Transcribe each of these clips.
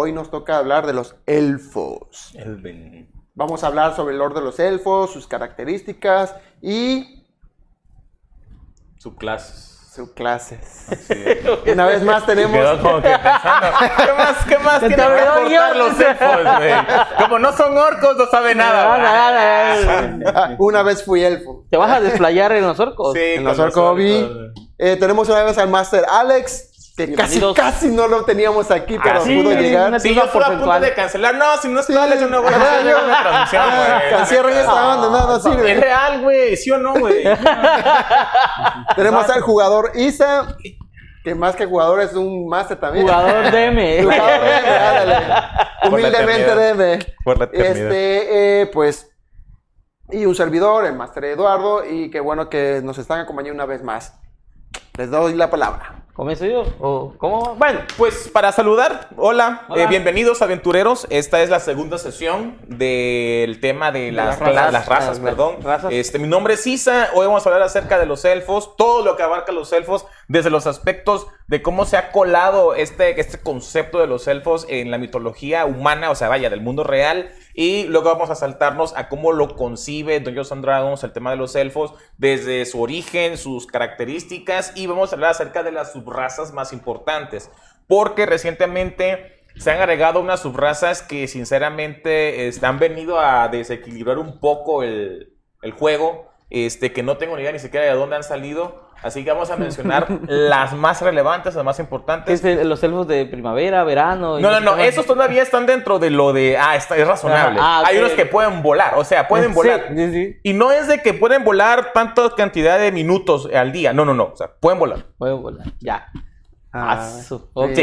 hoy nos toca hablar de los elfos. Vamos a hablar sobre el lore de los elfos, sus características y subclases. Una vez más tenemos... Quedó como que pensando, ¿qué más tienen que aportar los elfos, güey? Como no son orcos, no saben nada. Una vez fui elfo. ¿Te vas a desplayar en los orcos? Sí, en los orcos tenemos una vez al Master Alex, que casi no lo teníamos aquí, pero pudo llegar. Sí, yo estuve a punto de cancelar. No, si no es Alex, yo no voy a hacer una transmisión, güey. Cancierren esta onda, no sirve. Es real, güey, ¿sí o no, güey? Tenemos al jugador Isa, que más que jugador es un Master también. Jugador DM. Humildemente DM. Por la eternidad. Pues, y un servidor, el Master Eduardo, y qué bueno que nos están acompañando una vez más. Les doy la palabra. ¿Comienzo yo? ¿O cómo? Bueno, pues para saludar, hola. Bienvenidos aventureros. Esta es la segunda sesión del tema de las razas. Mi nombre es Isa. Hoy vamos a hablar acerca de los elfos, todo lo que abarca los elfos, desde los aspectos de cómo se ha colado este concepto de los elfos en la mitología humana, o sea, vaya, del mundo real. Y luego vamos a saltarnos a cómo lo concibe Dungeons and Dragons, el tema de los elfos, desde su origen, sus características, y vamos a hablar acerca de las subrazas más importantes, porque recientemente se han agregado unas subrazas que sinceramente han venido a desequilibrar un poco el juego, que no tengo ni idea ni siquiera de dónde han salido. Así que vamos a mencionar las más relevantes, las más importantes. ¿Es los elfos de primavera, verano? No, esos todavía están dentro de lo de... es razonable. Hay unos que pueden volar, o sea, pueden volar. Sí. Y no es de que pueden volar tanta cantidad de minutos al día. No, o sea, pueden volar. Pueden volar, ya. Ok.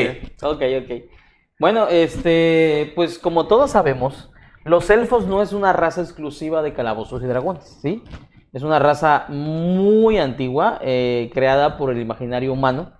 Bueno, pues como todos sabemos, los elfos no es una raza exclusiva de Calabozos y Dragones, ¿sí? Es una raza muy antigua, creada por el imaginario humano.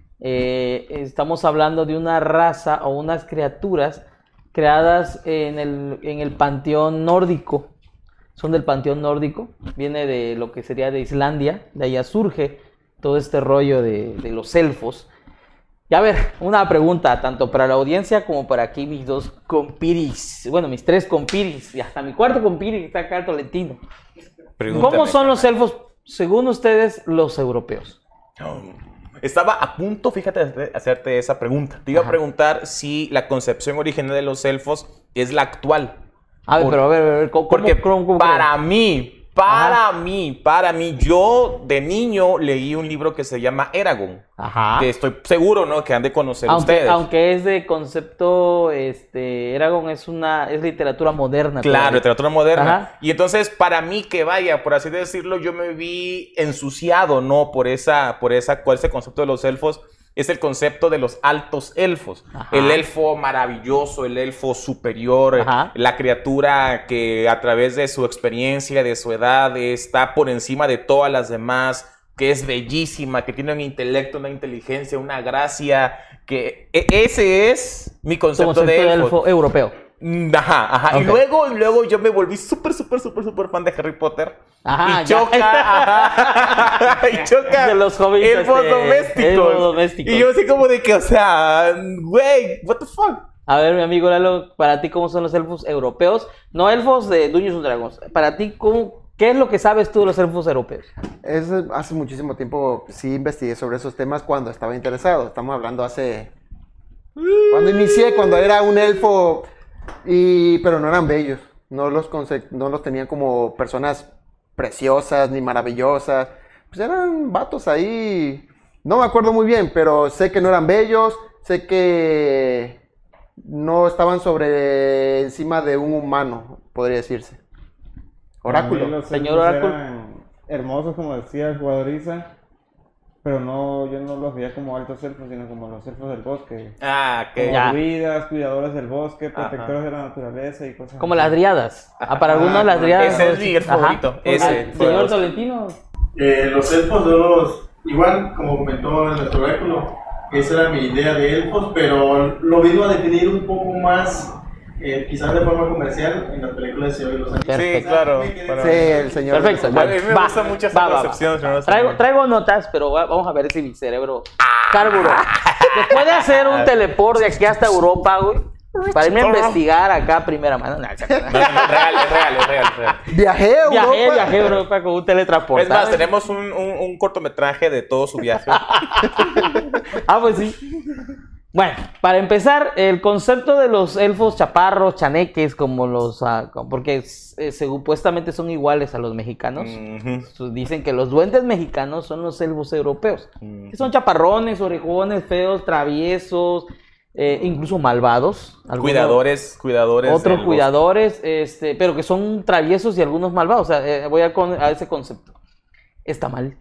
Estamos hablando de una raza o unas criaturas creadas en el panteón nórdico. Son del panteón nórdico, viene de lo que sería de Islandia, de allá surge todo este rollo de los elfos. Y a ver, una pregunta, tanto para la audiencia como para aquí mis dos compiris, bueno, mis tres compiris, y hasta mi cuarto compiri que está acá, Tolentino. ¿Cómo son los elfos, según ustedes, los europeos? Estaba a punto, fíjate, de hacerte esa pregunta. Te iba a preguntar si la concepción original de los elfos es la actual. A ver, ¿cómo? Porque para mí, yo de niño leí un libro que se llama Eragon. Que estoy seguro, ¿no?, que han de conocer ustedes. Aunque es de concepto, Eragon es literatura moderna. Claro, literatura moderna. Y entonces, para mí, que vaya, por así decirlo, yo me vi ensuciado, ¿no?, por ese concepto de los elfos. Es el concepto de los altos elfos. El elfo maravilloso, el elfo superior, la criatura que a través de su experiencia, de su edad, está por encima de todas las demás, que es bellísima, que tiene un intelecto, una inteligencia, una gracia, que ese es mi concepto de elfo europeo. Okay. Y luego yo me volví súper fan de Harry Potter. Y choca de los hobbits, elfos domésticos. Y yo así como de que, o sea, güey, what the fuck. A ver, mi amigo Lalo, para ti, ¿cómo son los elfos europeos? No elfos de Dungeons and Dragons. Para ti, ¿qué es lo que sabes tú de los elfos europeos? Hace muchísimo tiempo sí investigué sobre esos temas cuando estaba interesado. Estamos hablando cuando inicié, cuando era un elfo... pero no eran bellos, no los tenían como personas preciosas ni maravillosas, pues eran vatos ahí, no me acuerdo muy bien, pero sé que no eran bellos, sé que no estaban encima de un humano, podría decirse. Oráculo. Señor Oráculo. Hermosos, como decía el jugador Isa. Pero yo no los veía como altos elfos, sino como los elfos del bosque. Como druidas, cuidadores del bosque, protectores de la naturaleza y cosas como las driadas. Para algunos las driadas... Ese es mi elfo favorito. Señor Tolentino. Los elfos, igual, como comentó nuestro oráculo, esa era mi idea de elfos, pero lo vino a definir un poco más... quizás de forma comercial en las películas de Señor de los Anillos. Sí, claro. Sí, el señor. Perfecto. A mí me gustan mucho esas concepciones. Traigo notas, pero vamos a ver si mi cerebro carburó. Después de hacer un teleport de aquí hasta Europa, güey, Para irme a investigar acá a primera mano. No, es real. Viajé a Europa con un teletransporte. Es más, tenemos un cortometraje de todo su viaje. Pues sí. Bueno, para empezar, el concepto de los elfos chaparros, chaneques, como porque supuestamente son iguales a los mexicanos. Dicen que los duendes mexicanos son los elfos europeos. Que son chaparrones, orejones, feos, traviesos, incluso malvados. Cuidadores. Otros cuidadores, pero que son traviesos y algunos malvados. O sea, voy a ese concepto. Está mal.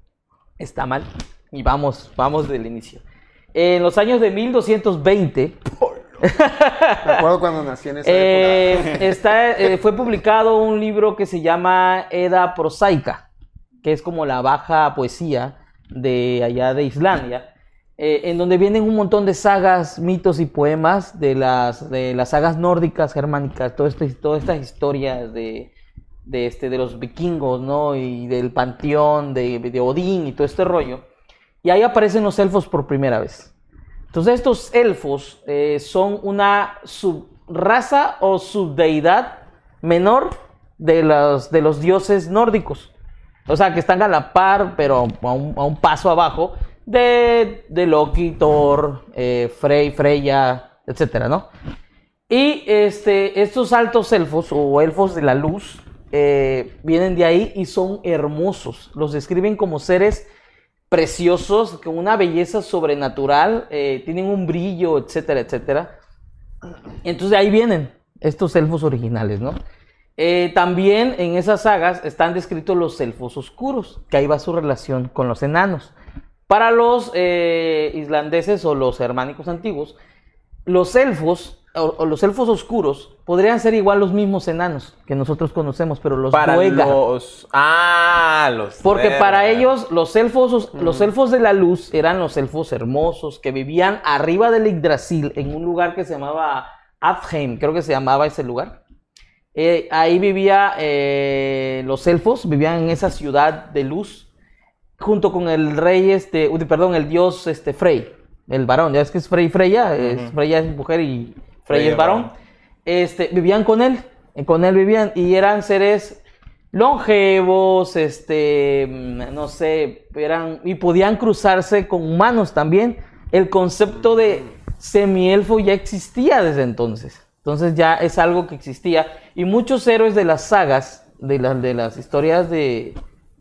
Y vamos del inicio. En los años de 1220... Me acuerdo cuando nací en esa época. Fue publicado un libro que se llama Edda prosaica, que es como la baja poesía de allá de Islandia, en donde vienen un montón de sagas, mitos y poemas de las sagas nórdicas, germánicas, todas estas historias de los vikingos, ¿no? Y del panteón de Odín y todo este rollo. Y ahí aparecen los elfos por primera vez. Entonces estos elfos son una subraza o subdeidad menor de los dioses nórdicos. O sea, que están a la par, pero a un paso abajo de Loki, Thor, Freya, etcétera, ¿no? Y estos altos elfos o elfos de la luz vienen de ahí y son hermosos. Los describen como seres preciosos, con una belleza sobrenatural, tienen un brillo, etcétera, etcétera. Entonces de ahí vienen estos elfos originales, ¿no? También en esas sagas están descritos los elfos oscuros, que ahí va su relación con los enanos. Para los islandeses o los germánicos antiguos, los elfos o los elfos oscuros podrían ser igual los mismos enanos que nosotros conocemos, pero los Doega. Porque para ellos los elfos de la luz eran los elfos hermosos que vivían arriba del Yggdrasil en un lugar que se llamaba Alfheim, creo que se llamaba ese lugar. Ahí vivía los elfos, vivían en esa ciudad de luz junto con el rey el dios Frey, el varón. Ya es que es Frey y Freya, Freya es mujer y Frey es varón. Vivían con él vivían y eran seres longevos, no sé, y podían cruzarse con humanos también. El concepto de semielfo ya existía desde entonces ya es algo que existía, y muchos héroes de las sagas, de las historias de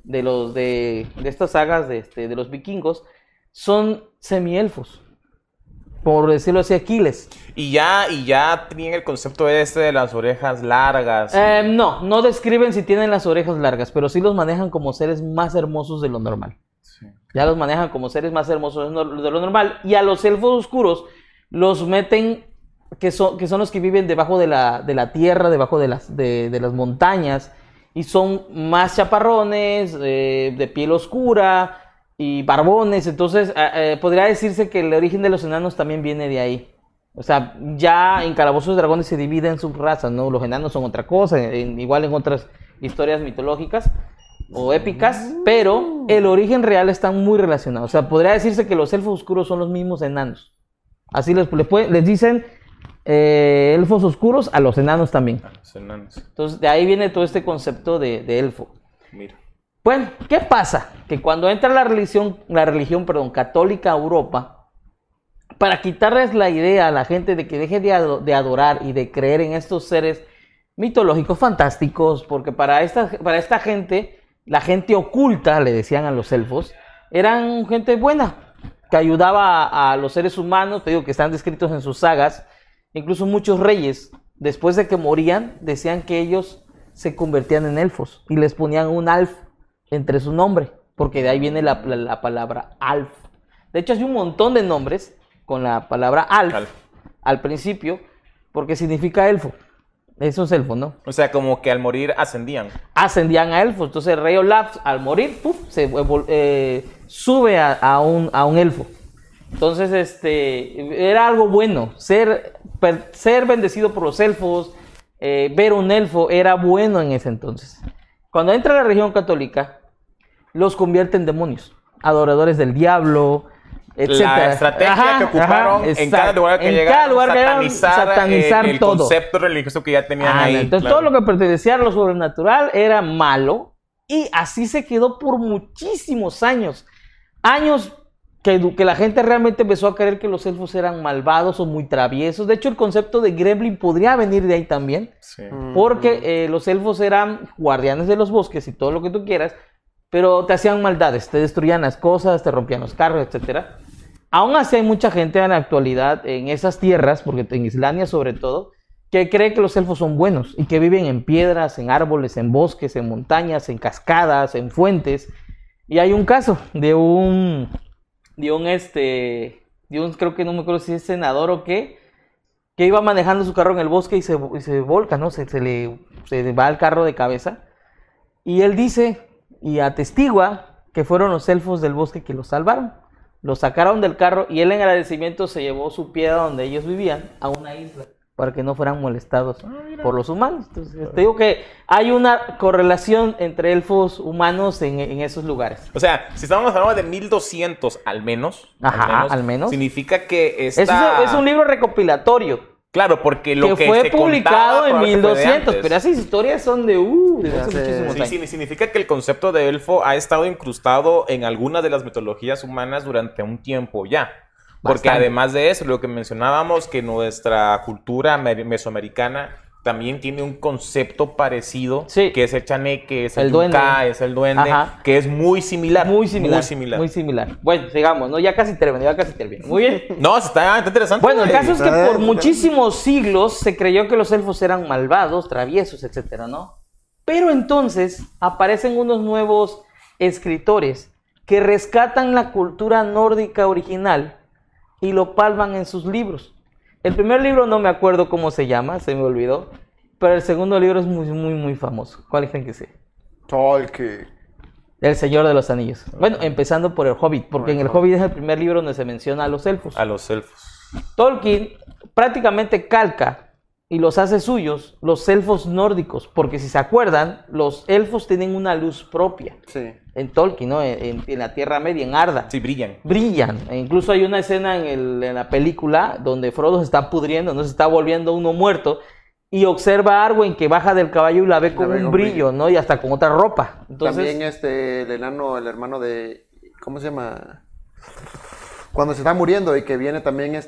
estas sagas de los vikingos, son semielfos. Por decirlo así, Aquiles. Y ya tenían el concepto de las orejas largas. No describen si tienen las orejas largas, pero sí los manejan como seres más hermosos de lo normal. Sí. Ya los manejan como seres más hermosos de lo normal. Y a los elfos oscuros los meten, que son los que viven debajo de la tierra, debajo de las montañas, y son más chaparrones, de piel oscura y barbones. Entonces podría decirse que el origen de los enanos también viene de ahí. O sea, ya en Calabozos y Dragones se divide en subrazas, ¿no? Los enanos son otra cosa, igual en otras historias mitológicas o épicas, pero el origen real están muy relacionados. O sea, podría decirse que los elfos oscuros son los mismos enanos. Así les dicen elfos oscuros a los enanos también. A los enanos. Entonces, de ahí viene todo este concepto de elfo. Mira. Bueno, ¿qué pasa? Que cuando entra la religión católica a Europa, para quitarles la idea a la gente de que deje de adorar y de creer en estos seres mitológicos fantásticos, porque para esta gente, la gente oculta, le decían a los elfos, eran gente buena, que ayudaba a los seres humanos, te digo que están descritos en sus sagas. Incluso muchos reyes, después de que morían, decían que ellos se convertían en elfos y les ponían un alf entre su nombre, porque de ahí viene la palabra alf. De hecho, hay un montón de nombres con la palabra alf al principio, porque significa elfo. Eso es elfo, ¿no? O sea, como que al morir ascendían. Ascendían a elfos. Entonces el rey Olaf, al morir, sube a un elfo. Entonces, era algo bueno. Ser bendecido por los elfos, ver un elfo, era bueno en ese entonces. Cuando entra la religión católica, los convierte en demonios, adoradores del diablo, la estrategia que ocuparon en cada lugar que llegaron, satanizar el todo. Concepto religioso que ya tenían ahí. Entonces todo lo que pertenecía a lo sobrenatural era malo y así se quedó por muchísimos años. Años que la gente realmente empezó a creer que los elfos eran malvados o muy traviesos. De hecho, el concepto de gremlin podría venir de ahí también. Sí. Porque los elfos eran guardianes de los bosques y todo lo que tú quieras, pero te hacían maldades, te destruían las cosas, te rompían los carros, etc. Aún así hay mucha gente en la actualidad en esas tierras, porque en Islandia sobre todo, que cree que los elfos son buenos y que viven en piedras, en árboles, en bosques, en montañas, en cascadas, en fuentes. Y hay un caso de un creo que no me acuerdo si es senador o qué, que iba manejando su carro en el bosque y se volca, ¿no? Se va el carro de cabeza. Y él dice y atestigua que fueron los elfos del bosque que lo salvaron. Lo sacaron del carro y él en agradecimiento se llevó su piedra donde ellos vivían a una isla para que no fueran molestados por los humanos. Entonces, te digo que hay una correlación entre elfos humanos en esos lugares. O sea, si estamos hablando de 1200 al menos, significa que es un libro recopilatorio. Claro, porque lo que fue publicado en 1200, pero esas historias son de hace muchísimos años. Sí, significa que el concepto de elfo ha estado incrustado en algunas de las mitologías humanas durante un tiempo ya. Porque además de eso, lo que mencionábamos, que nuestra cultura mesoamericana también tiene un concepto parecido, que es el chaneque, es el duende, es el duende, que es muy similar. Muy similar. Bueno, sigamos, ¿no? Ya casi terminó. Muy bien. No, está interesante. Bueno, el caso es que por muchísimos siglos se creyó que los elfos eran malvados, traviesos, etcétera, ¿no? Pero entonces aparecen unos nuevos escritores que rescatan la cultura nórdica original y lo palman en sus libros. El primer libro no me acuerdo cómo se llama, se me olvidó, pero el segundo libro es muy famoso. ¿Cuál creen que sea? Tolkien. El Señor de los Anillos. Bueno, empezando por el Hobbit, porque en el Hobbit es el primer libro donde se menciona a los elfos. Tolkien prácticamente calca y los hace suyos los elfos nórdicos, porque si se acuerdan, los elfos tienen una luz propia. Sí. En Tolkien, ¿no? En la Tierra Media, en Arda. Sí, brillan. E incluso hay una escena en la película donde Frodo se está pudriendo, no se está volviendo uno muerto, y observa a Arwen que baja del caballo y la ve con un brillo, ¿no? Y hasta con otra ropa. Entonces, también el enano, el hermano de... ¿Cómo se llama? Cuando se está muriendo y que viene también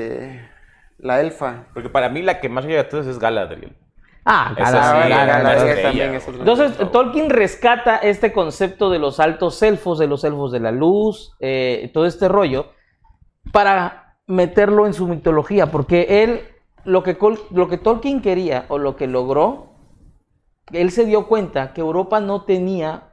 la elfa. Porque para mí la que más llega a todos es Galadriel. Galadriel también. Entonces, Tolkien rescata este concepto de los altos elfos, de los elfos de la luz, todo este rollo, para meterlo en su mitología, porque él, lo que Tolkien quería, o lo que logró, él se dio cuenta que Europa no tenía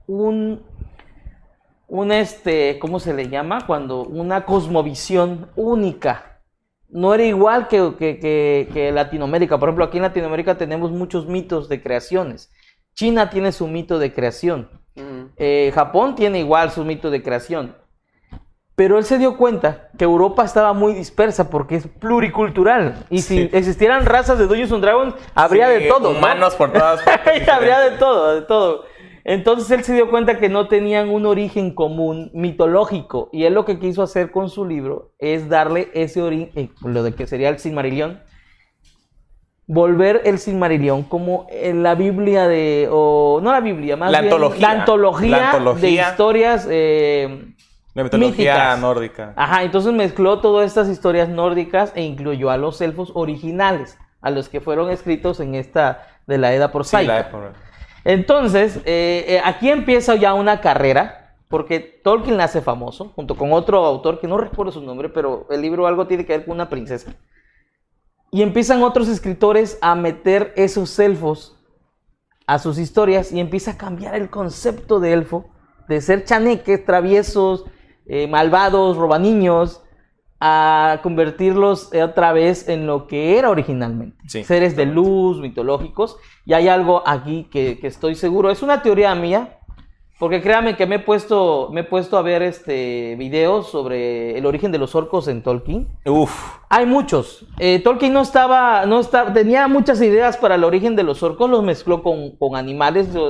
¿cómo se le llama? Una cosmovisión única. No era igual que Latinoamérica. Por ejemplo, aquí en Latinoamérica tenemos muchos mitos de creaciones. China tiene su mito de creación. Japón tiene igual su mito de creación. Pero él se dio cuenta que Europa estaba muy dispersa porque es pluricultural. Y si existieran razas de Dungeons & Dragons, habría de todo, ¿no? Humanos por todas partes. Habría de todo. Entonces él se dio cuenta que no tenían un origen común mitológico, y él lo que quiso hacer con su libro es darle ese origen, lo de que sería el Silmarillion, volver el Silmarillion como en la Biblia la antología de historias la mitología míticas. Nórdica. Entonces mezcló todas estas historias nórdicas e incluyó a los elfos originales, a los que fueron escritos en esta de la Edda prosaica. Entonces, aquí empieza ya una carrera, porque Tolkien la hace famoso, junto con otro autor que no recuerdo su nombre, pero el libro algo tiene que ver con una princesa. Y empiezan otros escritores a meter esos elfos a sus historias, y empieza a cambiar el concepto de elfo, de ser chaneques, traviesos, malvados, robaniños, a convertirlos otra vez en lo que era originalmente. Seres de luz, mitológicos. Y hay algo aquí que estoy seguro, es una teoría mía, porque créanme que me he puesto a ver videos sobre el origen de los orcos en Tolkien. Hay muchos. Tolkien tenía muchas ideas para el origen de los orcos, los mezcló con animales,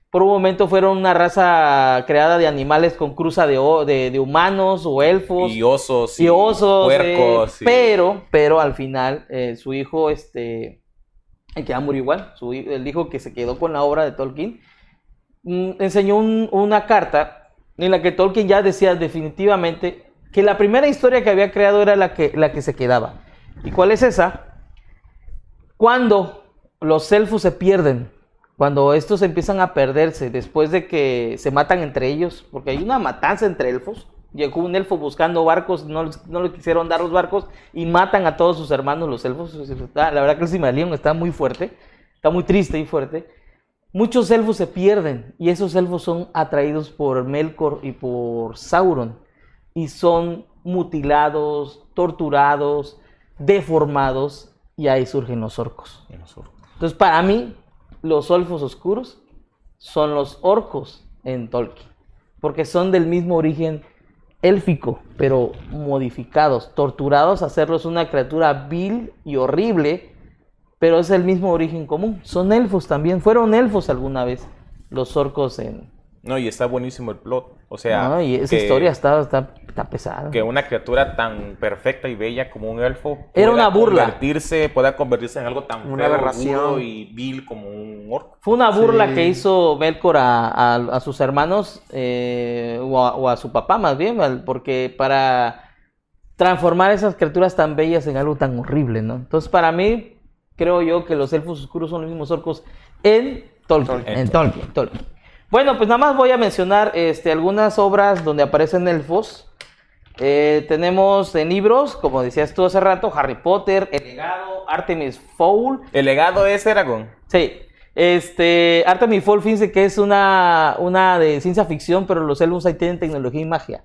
por un momento fueron una raza creada de animales con cruza de humanos o elfos. Y osos. Puercos. Pero al final su hijo, el que ya murió igual, el hijo que se quedó con la obra de Tolkien, enseñó una carta en la que Tolkien ya decía definitivamente que la primera historia que había creado era la que se quedaba. ¿Y cuál es esa? Cuando los elfos se pierden, cuando estos empiezan a perderse después de que se matan entre ellos, porque hay una matanza entre elfos. Llegó un elfo buscando barcos, no le quisieron dar los barcos y matan a todos sus hermanos los elfos. La verdad que el Silmarillion está muy fuerte, está muy triste y fuerte. Muchos elfos se pierden y esos elfos son atraídos por Melkor y por Sauron y son mutilados, torturados, deformados y ahí surgen los orcos. Entonces para mí los elfos oscuros son los orcos en Tolkien, porque son del mismo origen élfico, pero modificados, torturados, hacerlos una criatura vil y horrible, pero es el mismo origen común. Son elfos también, fueron elfos alguna vez los orcos en... No, y está buenísimo el plot, o sea... No, y esa historia está pesada. Que una criatura tan perfecta y bella como un elfo... Era una burla. Pueda convertirse en algo tan una aberración y vil como un orco. Fue una burla que hizo Melkor a sus hermanos, o a su papá más bien, porque para transformar esas criaturas tan bellas en algo tan horrible, ¿no? Entonces para mí, creo yo que los elfos oscuros son los mismos orcos en Tolkien. Tolkien. Bueno, pues nada más voy a mencionar algunas obras donde aparecen elfos. Tenemos en libros, como decías tú hace rato, Harry Potter, El Legado, Artemis Fowl. ¿El Legado es Eragon? Sí. Artemis Fowl, fíjense que es una de ciencia ficción, pero los elfos ahí tienen tecnología y magia.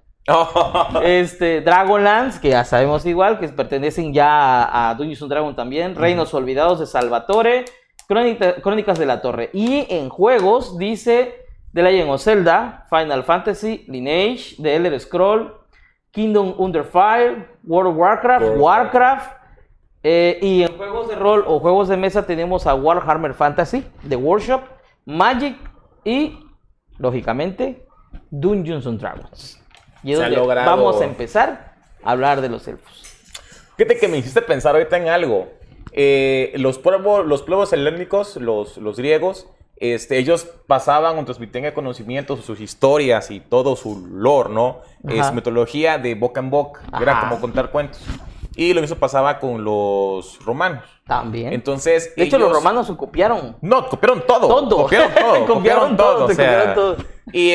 Dragonlance, que ya sabemos igual, que pertenecen ya a Dungeons & Dragons también. Reinos Olvidados de Salvatore, Crónicas de la Torre. Y en juegos dice The Legend of Zelda, Final Fantasy, Lineage, The Elder Scrolls, Kingdom Under Fire, World of Warcraft. Y en juegos de rol o juegos de mesa tenemos a Warhammer Fantasy, The Workshop, Magic y, lógicamente, Dungeons & Dragons. Y es donde vamos a empezar a hablar de los elfos. Fíjate que me hiciste pensar ahorita en algo. Los pueblos helénicos, los griegos, ellos pasaban o transmitían el conocimiento, sus historias y todo su lore, ¿no? Su mitología de boca en boca. Era como contar cuentos. Y lo mismo pasaba con los romanos. También. Entonces, de hecho, los romanos se copiaron. No, copiaron todo. Copiaron todo. Y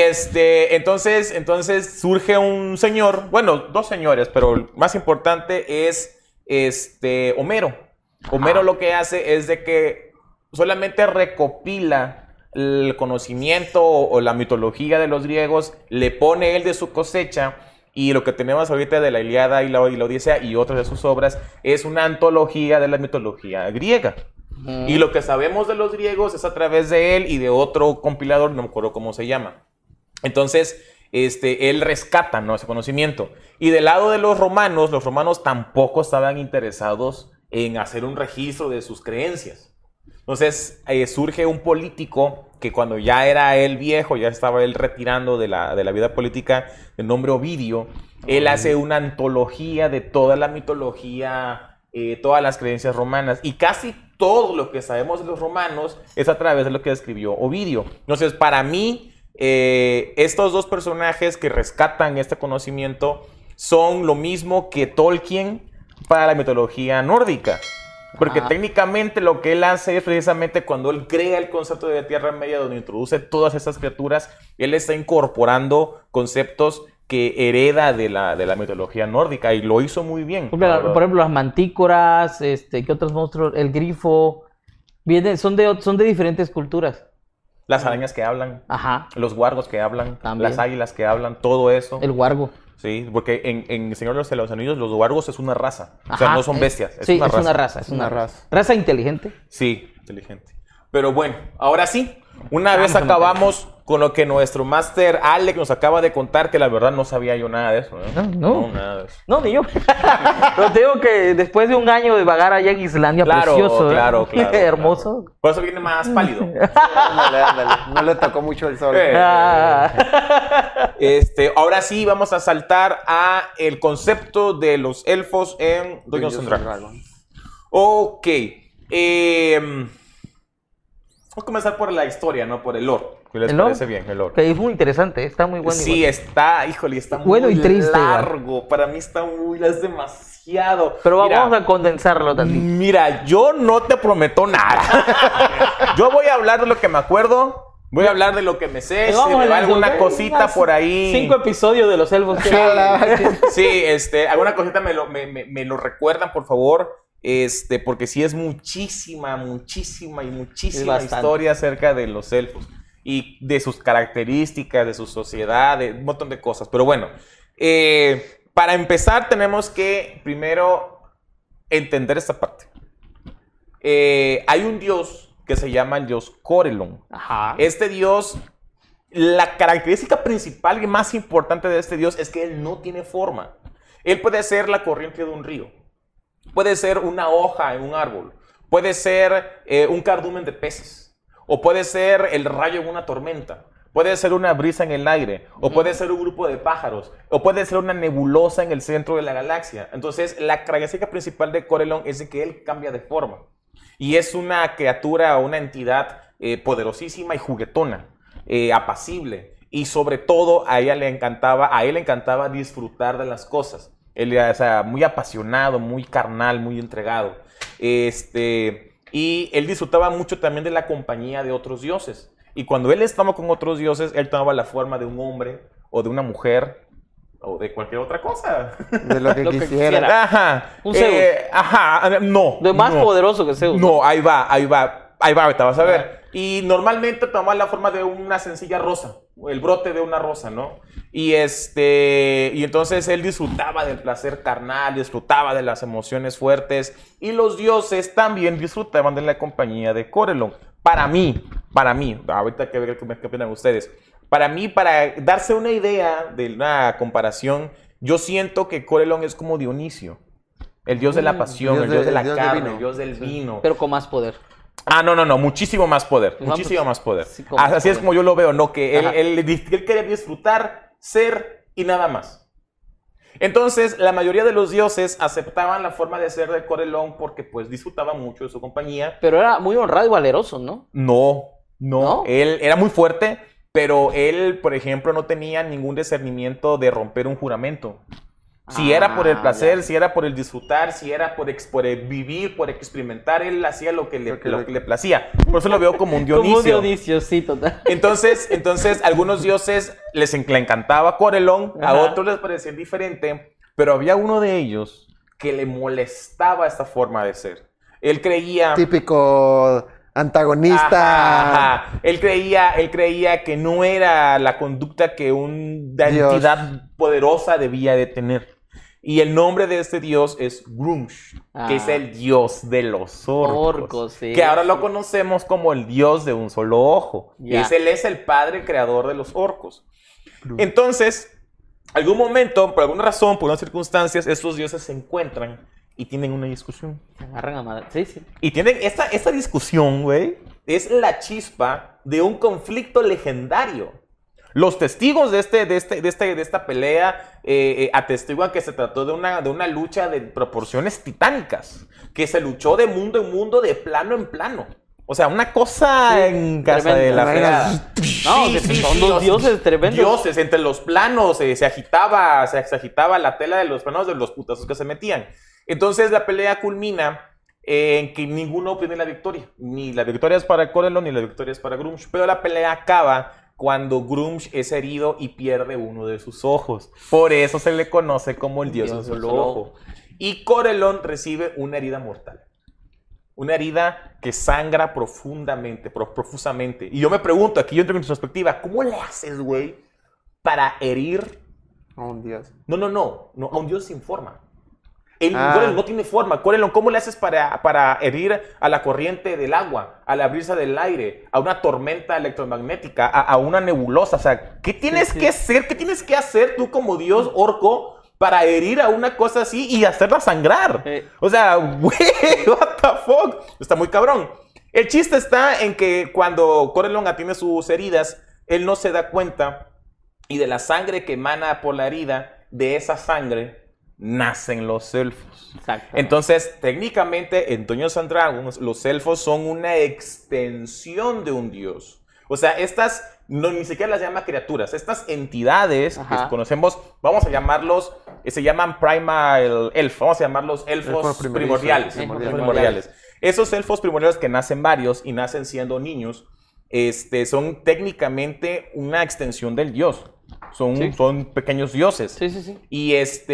entonces surge un señor, bueno, dos señores, pero el más importante es Homero. Homero lo que hace es de que solamente recopila el conocimiento o la mitología de los griegos, le pone él de su cosecha. Y lo que tenemos ahorita de la Ilíada y la Odisea y otras de sus obras es una antología de la mitología griega. Y lo que sabemos de los griegos es a través de él y de otro compilador, no me acuerdo cómo se llama. Entonces, él rescata, ¿no?, ese conocimiento. Y del lado de los romanos tampoco estaban interesados en hacer un registro de sus creencias. Entonces, surge un político que cuando ya era él viejo, ya estaba él retirando de la vida política, de nombre Ovidio. Él hace una antología de toda la mitología, todas las creencias romanas. Y casi todo lo que sabemos de los romanos es a través de lo que escribió Ovidio. Entonces, para mí, estos dos personajes que rescatan este conocimiento son lo mismo que Tolkien para la mitología nórdica. Porque técnicamente lo que él hace es precisamente cuando él crea el concepto de Tierra Media, donde introduce todas estas criaturas, él está incorporando conceptos que hereda de la mitología nórdica y lo hizo muy bien. Por ejemplo, las mantícoras, ¿qué otros monstruos? El grifo, son de diferentes culturas. Las arañas que hablan, los guargos que hablan, también. Las águilas que hablan, todo eso. El guargo. Sí, porque en Señor de los Anillos los guargos es una raza. O sea, no son bestias. Es una raza. Raza inteligente. Sí, inteligente. Pero bueno, ahora sí, Una vez acabamos con lo que nuestro máster Alec nos acaba de contar, que la verdad no sabía yo nada de eso. No, nada de eso. No, ni yo. Pero te digo que después de un año de vagar allá en Islandia, precioso. Claro. Hermoso. Claro. Por eso viene más pálido. No le tocó mucho el sol. Ahora sí vamos a saltar a el concepto de los elfos en Dungeons & Dragons. Ok. Vamos a comenzar por la historia, no por el lore. ¿Qué les parece bien el lore? Que es muy interesante, está muy bueno. Sí, está bueno muy y triste, largo. Para mí es demasiado. Pero vamos a condensarlo también. Mira, yo no te prometo nada. Yo voy a hablar de lo que me acuerdo. Voy a hablar de lo que me sé. Si me va alguna cosita por ahí. 5 episodios de los elfos. Sí, alguna cosita me lo recuerdan, por favor. Porque sí es muchísima historia acerca de los elfos y de sus características, de su sociedad, de un montón de cosas. Pero bueno, para empezar tenemos que primero entender esta parte. Hay un dios que se llama el dios Corellon. Ajá. Este dios, la característica principal y más importante de este dios es que él no tiene forma. Él puede ser la corriente de un río. Puede ser una hoja en un árbol, puede ser un cardumen de peces, o puede ser el rayo en una tormenta, puede ser una brisa en el aire, o puede ser un grupo de pájaros, o puede ser una nebulosa en el centro de la galaxia. Entonces, la característica principal de Corellon es de que él cambia de forma, y es una criatura o una entidad poderosísima y juguetona, apacible, y sobre todo a él le encantaba disfrutar de las cosas. Él era, muy apasionado, muy carnal, muy entregado. Y él disfrutaba mucho también de la compañía de otros dioses. Y cuando él estaba con otros dioses, él tomaba la forma de un hombre o de una mujer o de cualquier otra cosa. De lo que quisiera. Ajá. Un Zeus. No. De más poderoso que Zeus. No, ahí va, ahorita vas a ver. Y normalmente tomaba la forma de una sencilla rosa, el brote de una rosa, ¿no? Y entonces él disfrutaba del placer carnal, disfrutaba de las emociones fuertes, y los dioses también disfrutaban de la compañía de Corellon. Para mí, ahorita que ver qué opinan ustedes, para mí, para darse una idea de una comparación, yo siento que Corellon es como Dionisio, el dios de la pasión, el dios de la carne, el dios del vino. Pero con más poder. No, muchísimo más poder, muchísimo más poder. Sí, así es como yo lo veo, ¿no? Que él quería disfrutar, ser y nada más. Entonces, la mayoría de los dioses aceptaban la forma de ser de Corellon porque pues disfrutaban mucho de su compañía. Pero era muy honrado y valeroso, ¿no? No. Él era muy fuerte, pero él, por ejemplo, no tenía ningún discernimiento de romper un juramento. Si era por el placer, si era por el disfrutar, si era por vivir, por experimentar, él hacía lo que le placía. Por eso lo veo como un Dionisio. Como un Dionisio, sí, total. Entonces algunos dioses le encantaba Corellon, a otros les parecía diferente, pero había uno de ellos que le molestaba esta forma de ser. Él creía... Típico antagonista. Ajá. Él creía que no era la conducta que una entidad poderosa debía de tener. Y el nombre de este dios es Grumsh, que es el dios de los orcos. Sí, que ahora lo conocemos como el dios de un solo ojo. Él es el padre creador de los orcos. Entonces, algún momento, por alguna razón, por unas circunstancias, estos dioses se encuentran y tienen una discusión. Se agarran a madre. Sí. Y tienen esta discusión, güey, es la chispa de un conflicto legendario. Los testigos de esta pelea atestiguan que se trató de una lucha de proporciones titánicas, que se luchó de mundo en mundo, de plano en plano. O sea, una cosa en casa de la fregada. Son dos dioses tremendos. Dioses, entre los planos se agitaba la tela de los planos de los putazos que se metían. Entonces la pelea culmina en que ninguno obtiene la victoria. Ni la victoria es para Corellon, ni la victoria es para Grumsh. Pero la pelea acaba cuando Grumsh es herido y pierde uno de sus ojos. Por eso se le conoce como el dios de un solo ojo. Y Corellon recibe una herida mortal. Una herida que sangra profusamente. Y yo me pregunto, aquí yo entro en perspectiva, ¿cómo le haces, güey, para herir a un dios? No, a un dios sin forma. Corellon no tiene forma. Corellon, ¿cómo le haces para herir a la corriente del agua, a la brisa del aire, a una tormenta electromagnética, a una nebulosa? O sea, ¿qué tienes que hacer? ¿Qué tienes que hacer tú como dios orco para herir a una cosa así y hacerla sangrar? O sea, güey, what the fuck. Está muy cabrón. El chiste está en que cuando Corellon atiende sus heridas, él no se da cuenta y de la sangre que emana por la herida, de esa sangre nacen los elfos. Entonces, técnicamente, en Dungeons and Dragons, los elfos son una extensión de un dios. O sea, estas ni siquiera las llama criaturas. Estas entidades que conocemos, vamos a llamarlos, se llaman Primal Elf. Vamos a llamarlos elfos primordiales. Esos elfos primordiales que nacen varios y nacen siendo niños, son técnicamente una extensión del dios. Son pequeños dioses. Y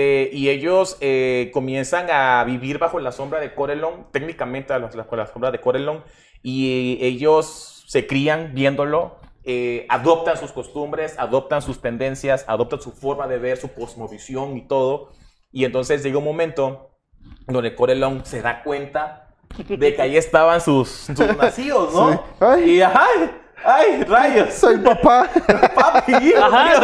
ellos comienzan a vivir bajo la sombra de Corellon, técnicamente bajo la sombra de Corellon, y ellos se crían viéndolo, adoptan sus costumbres, adoptan sus tendencias, adoptan su forma de ver, su cosmovisión y todo. Y entonces llega un momento donde Corellon se da cuenta de que ahí estaban sus nacidos, ¿no? Sí. Y ¡ay, rayos! Soy papá. Papi,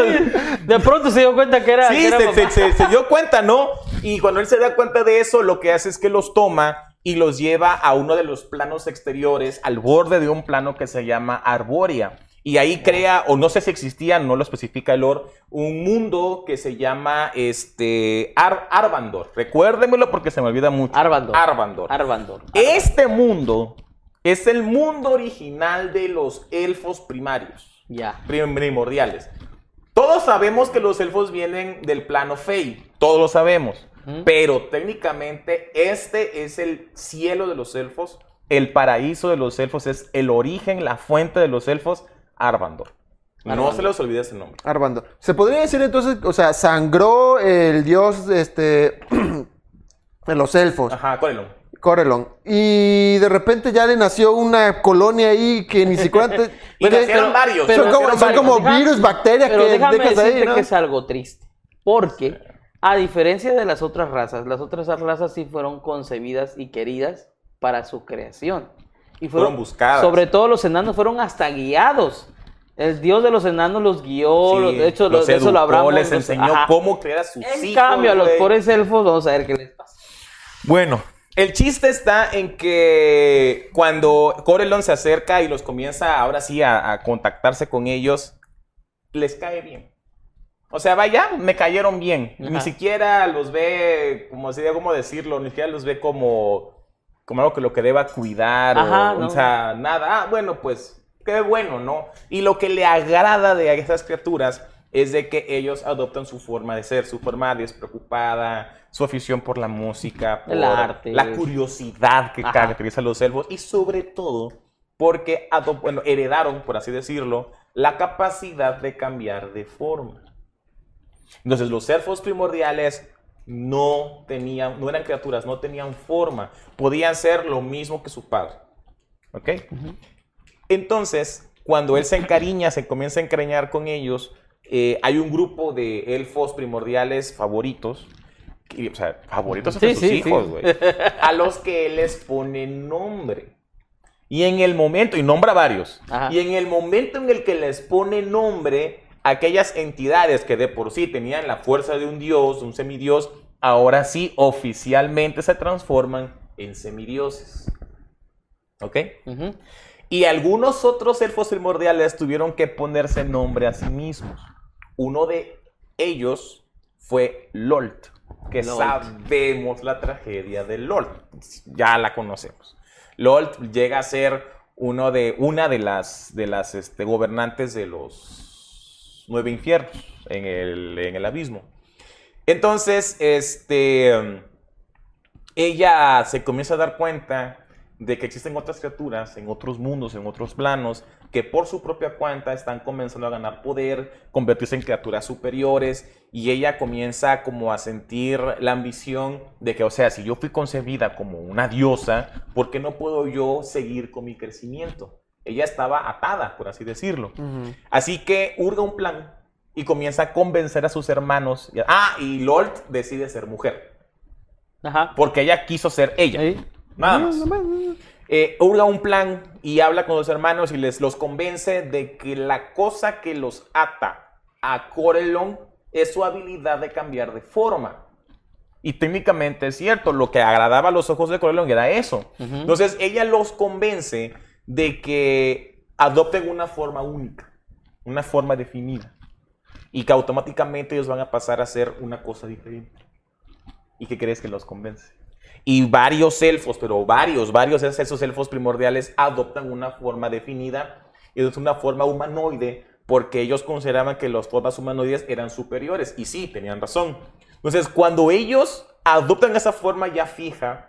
de pronto se dio cuenta que era. Sí, se dio cuenta, ¿no? Y cuando él se da cuenta de eso, lo que hace es que los toma y los lleva a uno de los planos exteriores, al borde de un plano que se llama Arboria. Y ahí crea, o no sé si existía, no lo especifica el lore, un mundo que se llama Arvandor. Recuérdemelo porque se me olvida mucho. Arvandor. Este mundo es el mundo original de los elfos primarios. Primordiales. Todos sabemos que los elfos vienen del plano Fey. Todos lo sabemos. Pero técnicamente este es el cielo de los elfos. El paraíso de los elfos es el origen, la fuente de los elfos. Arvandor. No se les olvide ese nombre. Arvandor. Se podría decir entonces, o sea, sangró el dios de los elfos. Corellon. Y de repente ya le nació una colonia ahí que ni siquiera... y nacieron varios. Son como virus, bacterias que dejas ahí, ¿no? Que es algo triste. Porque, a diferencia de las otras razas sí fueron concebidas y queridas para su creación. Y fueron buscadas. Sobre todo los enanos fueron hasta guiados. El dios de los enanos los guió. De hecho, los eso lo hablamos. Les enseñó cómo crear a sus hijos. En cambio, a los pobres elfos, vamos a ver qué les pasa. Bueno, el chiste está en que cuando Corellon se acerca y los comienza ahora sí a contactarse con ellos, les cae bien. O sea, vaya, me cayeron bien. Ni siquiera los ve, ¿cómo decirlo? Ni siquiera los ve como algo que lo que deba cuidar. O sea, nada. Bueno, pues, qué bueno, ¿no? Y lo que le agrada de esas criaturas es de que ellos adoptan su forma de ser, su forma despreocupada, su afición por la música, por el arte, la curiosidad que caracteriza a los elfos y sobre todo porque heredaron, por así decirlo, la capacidad de cambiar de forma. Entonces los elfos primordiales no eran criaturas, no tenían forma, podían ser lo mismo que su padre. ¿Ok? Entonces, cuando él se comienza a encariñar con ellos, hay un grupo de elfos primordiales favoritos, favoritos entre sus hijos, güey, a los que él les pone nombre. Y en el momento, y nombra varios, y en el momento en el que les pone nombre, aquellas entidades que de por sí tenían la fuerza de un dios, un semidios, ahora sí oficialmente se transforman en semidioses. ¿Ok? Y algunos otros elfos primordiales tuvieron que ponerse nombre a sí mismos. Uno de ellos fue Lolt, que sabemos la tragedia de Lolt. Ya la conocemos. Lolt llega a ser una de las gobernantes de los 9 infiernos en el abismo. Entonces, ella se comienza a dar cuenta de que existen otras criaturas en otros mundos, en otros planos, que por su propia cuenta están comenzando a ganar poder, convertirse en criaturas superiores, y ella comienza como a sentir la ambición de que, o sea, si yo fui concebida como una diosa, ¿por qué no puedo yo seguir con mi crecimiento? Ella estaba atada, por así decirlo. Así que urga un plan y comienza a convencer a sus hermanos. Y Lolt decide ser mujer. Ajá. Porque ella quiso ser ella. ¿Sí? Nada más. Urga un plan y habla con los hermanos y los convence de que la cosa que los ata a Corellon es su habilidad de cambiar de forma. Y técnicamente es cierto, lo que agradaba a los ojos de Corellon era eso. Entonces ella los convence de que adopten una forma única, una forma definida. Y que automáticamente ellos van a pasar a ser una cosa diferente. ¿Y qué crees que los convence? Y varios elfos, pero varios de esos elfos primordiales adoptan una forma definida. Y es una forma humanoide porque ellos consideraban que las formas humanoides eran superiores. Y sí, tenían razón. Entonces, cuando ellos adoptan esa forma ya fija,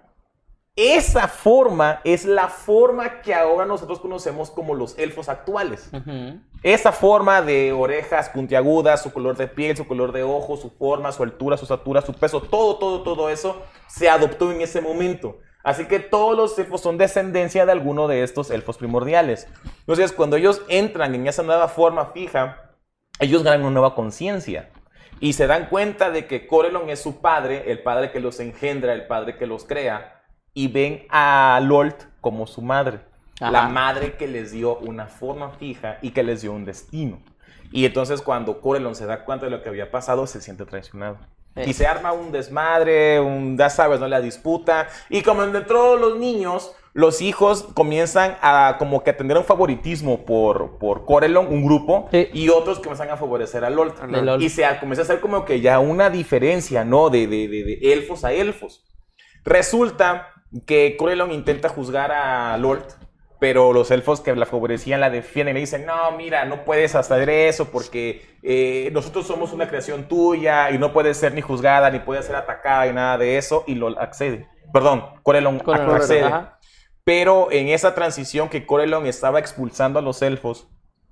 esa forma es la forma que ahora nosotros conocemos como los elfos actuales. Esa forma de orejas puntiagudas, su color de piel, su color de ojos, su forma, su altura, su estatura, su peso, todo eso se adoptó en ese momento. Así que todos los elfos son descendencia de alguno de estos elfos primordiales. Entonces, cuando ellos entran en esa nueva forma fija, ellos ganan una nueva conciencia. Y se dan cuenta de que Corellon es su padre, el padre que los engendra, el padre que los crea. Y ven a Lolt como su madre. Ajá. La madre que les dio una forma fija y que les dio un destino. Y entonces cuando Corellon se da cuenta de lo que había pasado, se siente traicionado. Y se arma un desmadre, ya sabes, ¿no? La disputa. Y como dentro de los niños, los hijos comienzan a como que tener un favoritismo por Corellon, un grupo, sí. Y otros comienzan a favorecer a Lolt. Y se comienza a hacer como que ya una diferencia, ¿no? De elfos a elfos. Resulta que Corellon intenta juzgar a Lolt, pero los elfos que la favorecían la defienden y le dicen, no, mira, no puedes hacer eso porque nosotros somos una creación tuya y no puedes ser ni juzgada, ni puedes ser atacada y nada de eso, y Lolt accede. Perdón, Corellon accede. Ajá. Pero en esa transición que Corellon estaba expulsando a los elfos,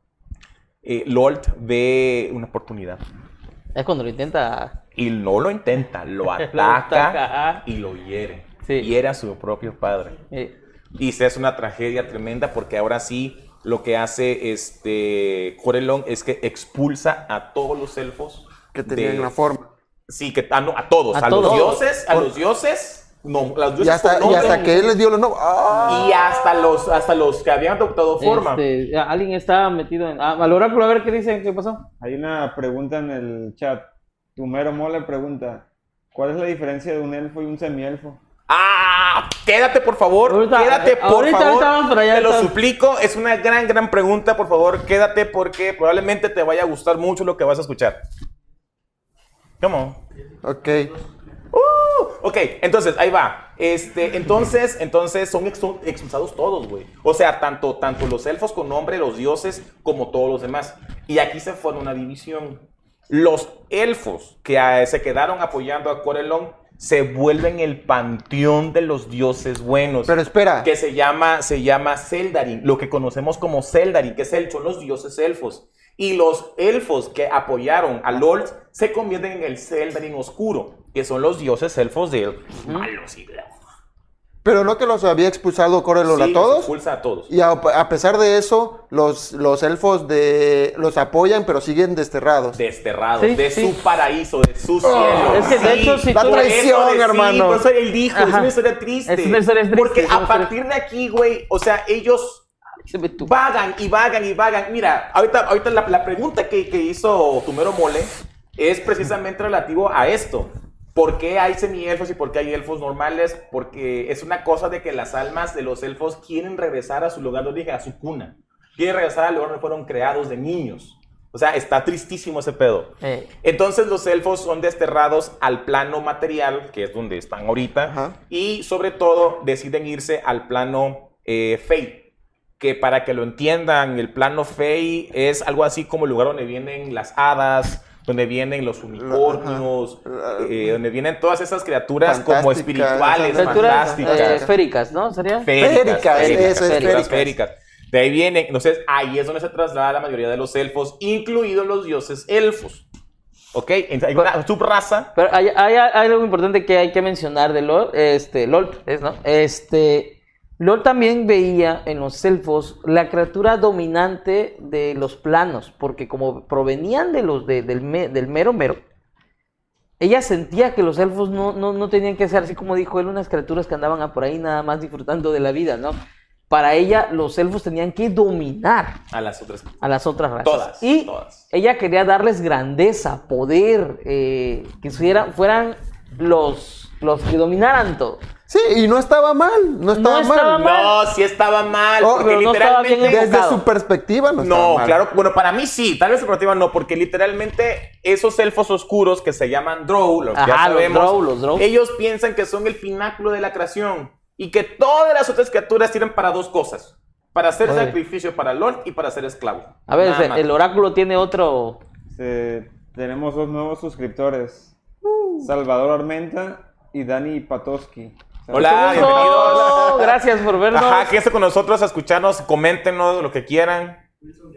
Lolt ve una oportunidad. Es cuando lo intenta. Y no lo intenta, lo ataca y lo hiere. Sí. Hiere a su propio padre. Sí. Y se hace una tragedia tremenda porque ahora sí lo que hace Corellon es que expulsa a todos los elfos. Que tenían una forma. Sí, que a todos. A los dioses. No, los dioses y hasta que él les dio los nombres. Y hasta los que habían adoptado forma. Alguien está metido en... al oráculo, a ver qué dicen, qué pasó. Hay una pregunta en el chat. Tumero Mole pregunta, ¿cuál es la diferencia de un elfo y un semielfo? Quédate por favor, ahorita te lo suplico, es una gran pregunta, por favor, quédate porque probablemente te vaya a gustar mucho lo que vas a escuchar. ¿Cómo? Ok. Ok, entonces, ahí va. Entonces son expulsados todos, güey. O sea, tanto los elfos con nombre, los dioses, como todos los demás. Y aquí se forma una división. Los elfos que se quedaron apoyando a Corellon se vuelven el panteón de los dioses buenos. Pero espera. Que se llama Seldarin, lo que conocemos como Seldarin, que son los dioses elfos. Y los elfos que apoyaron a Lolt se convierten en el Seldarin oscuro, que son los dioses elfos de malos y blancos. Pero no que los había expulsado Corellon a todos. Sí, expulsa a todos. Y a pesar de eso, los elfos los apoyan, pero siguen desterrados. Desterrados, su paraíso, de su cielo. Es que de hecho, si la traición, hermano. Por eso él dijo, es una historia triste. Es una historia triste. Porque a partir de aquí, güey, o sea, ellos vagan. Mira, ahorita la pregunta que hizo Tumero Mole es precisamente relativo a esto. ¿Por qué hay semielfos y por qué hay elfos normales? Porque es una cosa de que las almas de los elfos quieren regresar a su lugar de origen, a su cuna. Quieren regresar al lugar donde fueron creados de niños. O sea, está tristísimo ese pedo. Entonces los elfos son desterrados al plano material, que es donde están ahorita. Ajá. Y sobre todo deciden irse al plano Fey. Que para que lo entiendan, el plano Fey es algo así como el lugar donde vienen las hadas, donde vienen los unicornios, donde vienen todas esas criaturas como espirituales, fantásticas. Esféricas, ¿no? ¿Sería? Esféricas. De ahí vienen, entonces ahí es donde se traslada la mayoría de los elfos, incluidos los dioses elfos. ¿Ok? Hay una subraza. Pero hay algo importante que hay que mencionar de Lolt, ¿no? Lolt también veía en los elfos la criatura dominante de los planos, porque como provenían del mero, ella sentía que los elfos no tenían que ser, así como dijo él, unas criaturas que andaban por ahí nada más disfrutando de la vida, ¿no? Para ella, los elfos tenían que dominar a las otras razas. Todas. Ella quería darles grandeza, poder, que fueran los que dominaran todo. Sí, y no estaba mal, no estaba mal. No, sí estaba mal, porque literalmente... Desde su perspectiva no estaba mal. Claro, bueno, para mí sí, tal vez su perspectiva no, porque literalmente esos elfos oscuros que se llaman Drow, los Drow, ellos piensan que son el pináculo de la creación y que todas las otras criaturas sirven para dos cosas, para hacer sacrificio para Lord y para ser esclavo. A ver, el oráculo tiene otro... Tenemos 2 nuevos suscriptores, Salvador Armenta y Dani Patoski. Hola, bienvenidos. Hola. Gracias por vernos. Ajá, quédense con nosotros a escucharnos, coméntenos lo que quieran.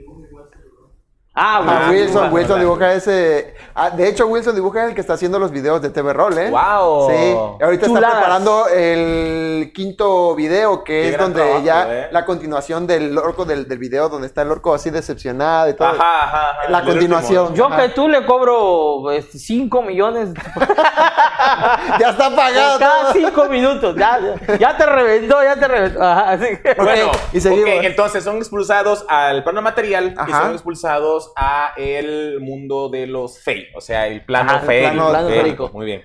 Wilson dibuja ese. De hecho, Wilson dibuja el que está haciendo los videos de TV Roll, ¿eh? ¡Wow! Sí, ahorita está preparando el 5º video, que es donde la continuación del orco del video, donde está el orco así decepcionado y todo. Ajá. La continuación. Yo que tú le cobro 5 millones. Ya está pagado. Cada 5 minutos. Ya te reventó. Ajá, así que... Bueno, y seguimos. Entonces son expulsados al plano material y son expulsados a el mundo de los Fey, o sea, el plano férico. Muy bien.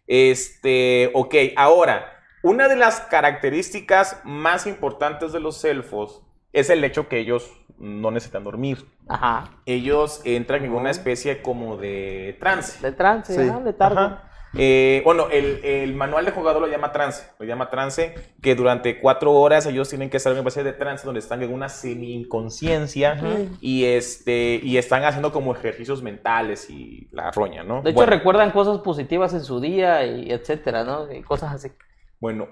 Ahora, una de las características más importantes de los elfos es el hecho que ellos no necesitan dormir. Ajá. Ellos entran en una especie como de trance. De trance, letargo. Ajá. El manual de jugador lo llama trance, que durante 4 horas ellos tienen que estar en una especie de trance donde están en una semi-inconsciencia y están haciendo como ejercicios mentales y la roña, ¿no? De hecho, recuerdan cosas positivas en su día y etcétera, ¿no? Y cosas así. Bueno,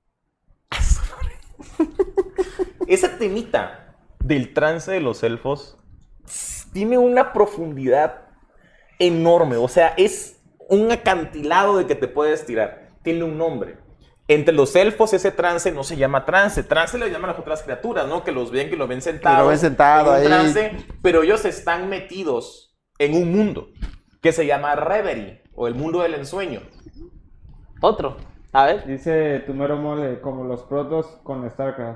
esa temita del trance de los elfos tiene una profundidad enorme, o sea, es un acantilado de que te puedes tirar. Tiene un nombre. Entre los elfos ese trance no se llama trance. Trance le llaman las otras criaturas, ¿no? Que lo ven sentados. Que lo ven sentado ahí. Trance, pero ellos están metidos en un mundo que se llama Reverie o el mundo del ensueño. Otro. A ver. Dice Tumero Mole, como los protos con StarCraft.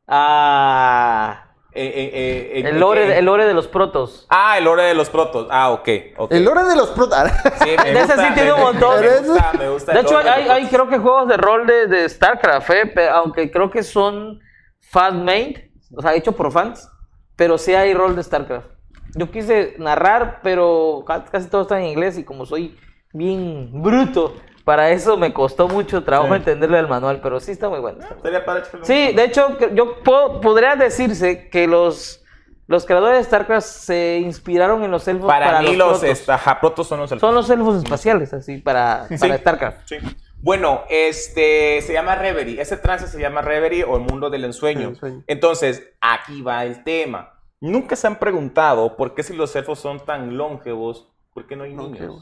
El lore de los protos. El lore de los protos. Ok. El lore de los protos. Sí, de ese sí tiene un montón. Me gusta. De hecho, hay creo que juegos de rol de StarCraft, aunque creo que son fan-made, o sea, hecho por fans, pero sí hay rol de StarCraft. Yo quise narrar, pero casi todo está en inglés y como soy bien bruto, para eso me costó mucho trabajo entenderle el manual, pero sí está muy bueno. Sí, de hecho, podría decirse que los creadores de StarCraft se inspiraron en los elfos para mí los protos son los elfos. Son los elfos espaciales, así, para StarCraft. Sí. Bueno, se llama Reverie. Ese trance se llama Reverie o el mundo del ensueño. Entonces, aquí va el tema. Nunca se han preguntado por qué si los elfos son tan longevos, ¿por qué no hay niños?